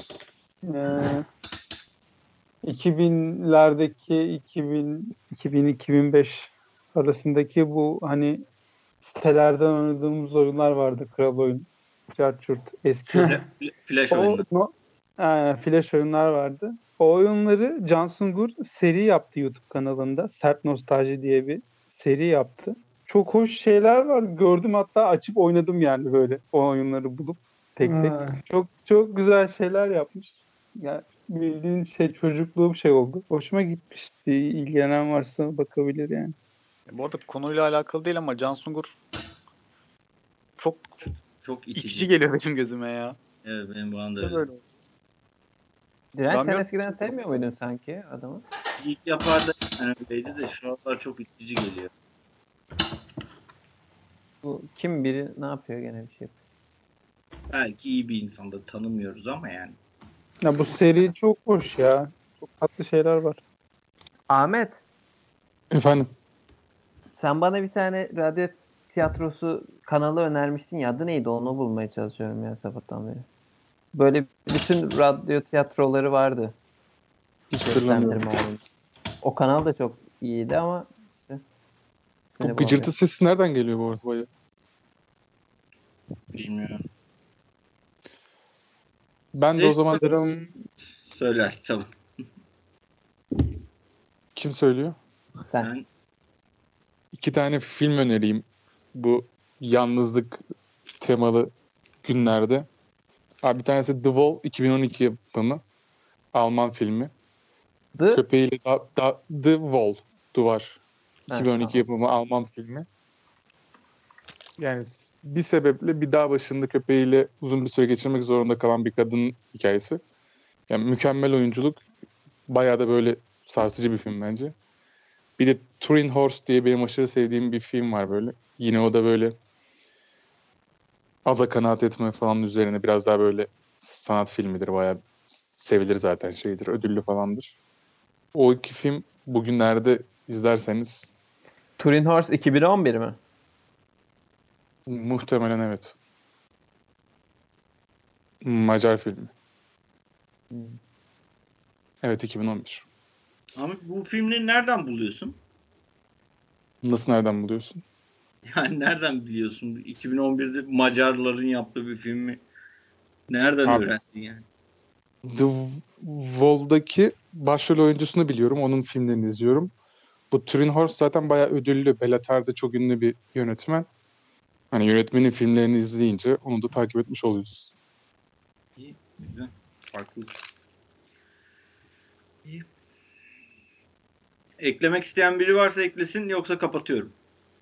2000'lerdeki 2000-2005 arasındaki bu hani sitelerden oynadığımız oyunlar vardı. Kral oyun, Carchurt, eski. Flash oyunu. Flash oyunlar vardı. O oyunları Can Sungur seri yaptı YouTube kanalında. Sert Nostalji diye bir seri yaptı. Çok hoş şeyler var. Gördüm hatta açıp oynadım yani böyle o oyunları bulup tek tek. Çok çok güzel şeyler yapmış. Yani bildiğin çocukluğum oldu. Hoşuma gitmişti. İlgilenen varsa bakabilir yani. Bu arada konuyla alakalı değil ama Can Sungur çok itici. itici geliyor benim gözüme ya. Evet benim bana da öyle. Böyle. Diren sen Ben eskiden sevmiyor muydun sanki adamı? İlk yaparda öyleydi de şu anlar çok itici geliyor. Bu kim biri ne yapıyor gene bir şey. Belki iyi bir insan da tanımıyoruz ama yani. Ya bu seri çok hoş ya. Çok tatlı şeyler var. Ahmet Efendim. sen bana bir tane radyo tiyatrosu kanalı önermiştin ya. Adı neydi? Onu bulmaya çalışıyorum ya sabahtan beri. Böyle bütün radyo tiyatroları vardı. Hiç hatırlamıyorum. Seslendirme oyunu. O kanal da çok iyiydi ama işte Bu gıcırtı sesi nereden geliyor bu arada? Bayağı? Bilmiyorum. Ben de o zaman Söyler tamam. kim söylüyor? sen. Ben 2 tane film önereyim bu yalnızlık temalı günlerde. Abi bir tanesi The Wall 2012 yapımı. Alman filmi. Köpeğiyle The Wall, duvar. 2012 yapımı Alman filmi. Yani bir sebeple bir dağ başında köpeğiyle uzun bir süre geçirmek zorunda kalan bir kadının hikayesi. Yani mükemmel oyunculuk. Bayağı da böyle sarsıcı bir film bence. Bir de Turin Horse diye benim aşırı sevdiğim bir film var böyle. Yine o da böyle aza kanaat etme falan üzerine biraz daha böyle sanat filmidir. Bayağı sevilir zaten şeydir. Ödüllü falandır. O iki film bugünlerde izlerseniz Turin Horse 2011 mi? muhtemelen evet. Macar filmi. Evet 2011. Ama bu filmleri nereden buluyorsun? Nasıl nereden buluyorsun? Yani nereden biliyorsun? 2011'de Macarların yaptığı bir filmi nereden Abi, öğrendin yani? The Wall'daki başrol oyuncusunu biliyorum. Onun filmlerini izliyorum. Bu Turin Horse zaten bayağı ödüllü. Bellatar'da çok ünlü bir yönetmen. Hani yönetmenin filmlerini izleyince onu da takip etmiş oluyoruz. İyi, güzel. Farklı. İyi. Eklemek isteyen biri varsa eklesin yoksa kapatıyorum.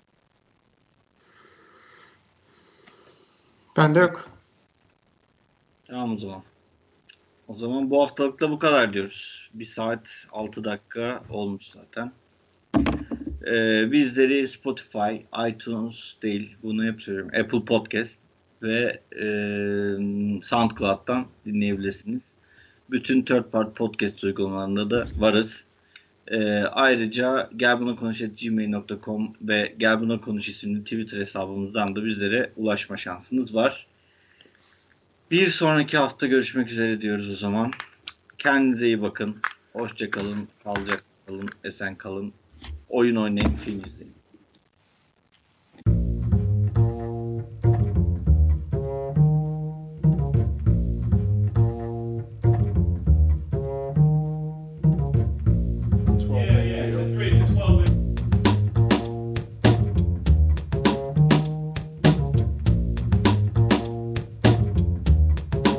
Bende yok. Tamam o zaman. O zaman bu haftalık da bu kadar diyoruz. 1 saat 6 dakika olmuş zaten. Bizleri Spotify, iTunes değil, bunu hep söylüyorum. Apple Podcast ve SoundCloud'dan dinleyebilirsiniz. Bütün third party podcast uygulamalarında da varız. Ayrıca gelbunakonuş@gmail.com ve gelbunakonuş isimli Twitter hesabımızdan da bizlere ulaşma şansınız var. Bir sonraki hafta görüşmek üzere diyoruz o zaman. Kendinize iyi bakın. Hoşça kalın, kalacak kalın, esen kalın. Oyun oynayın, film izleyin.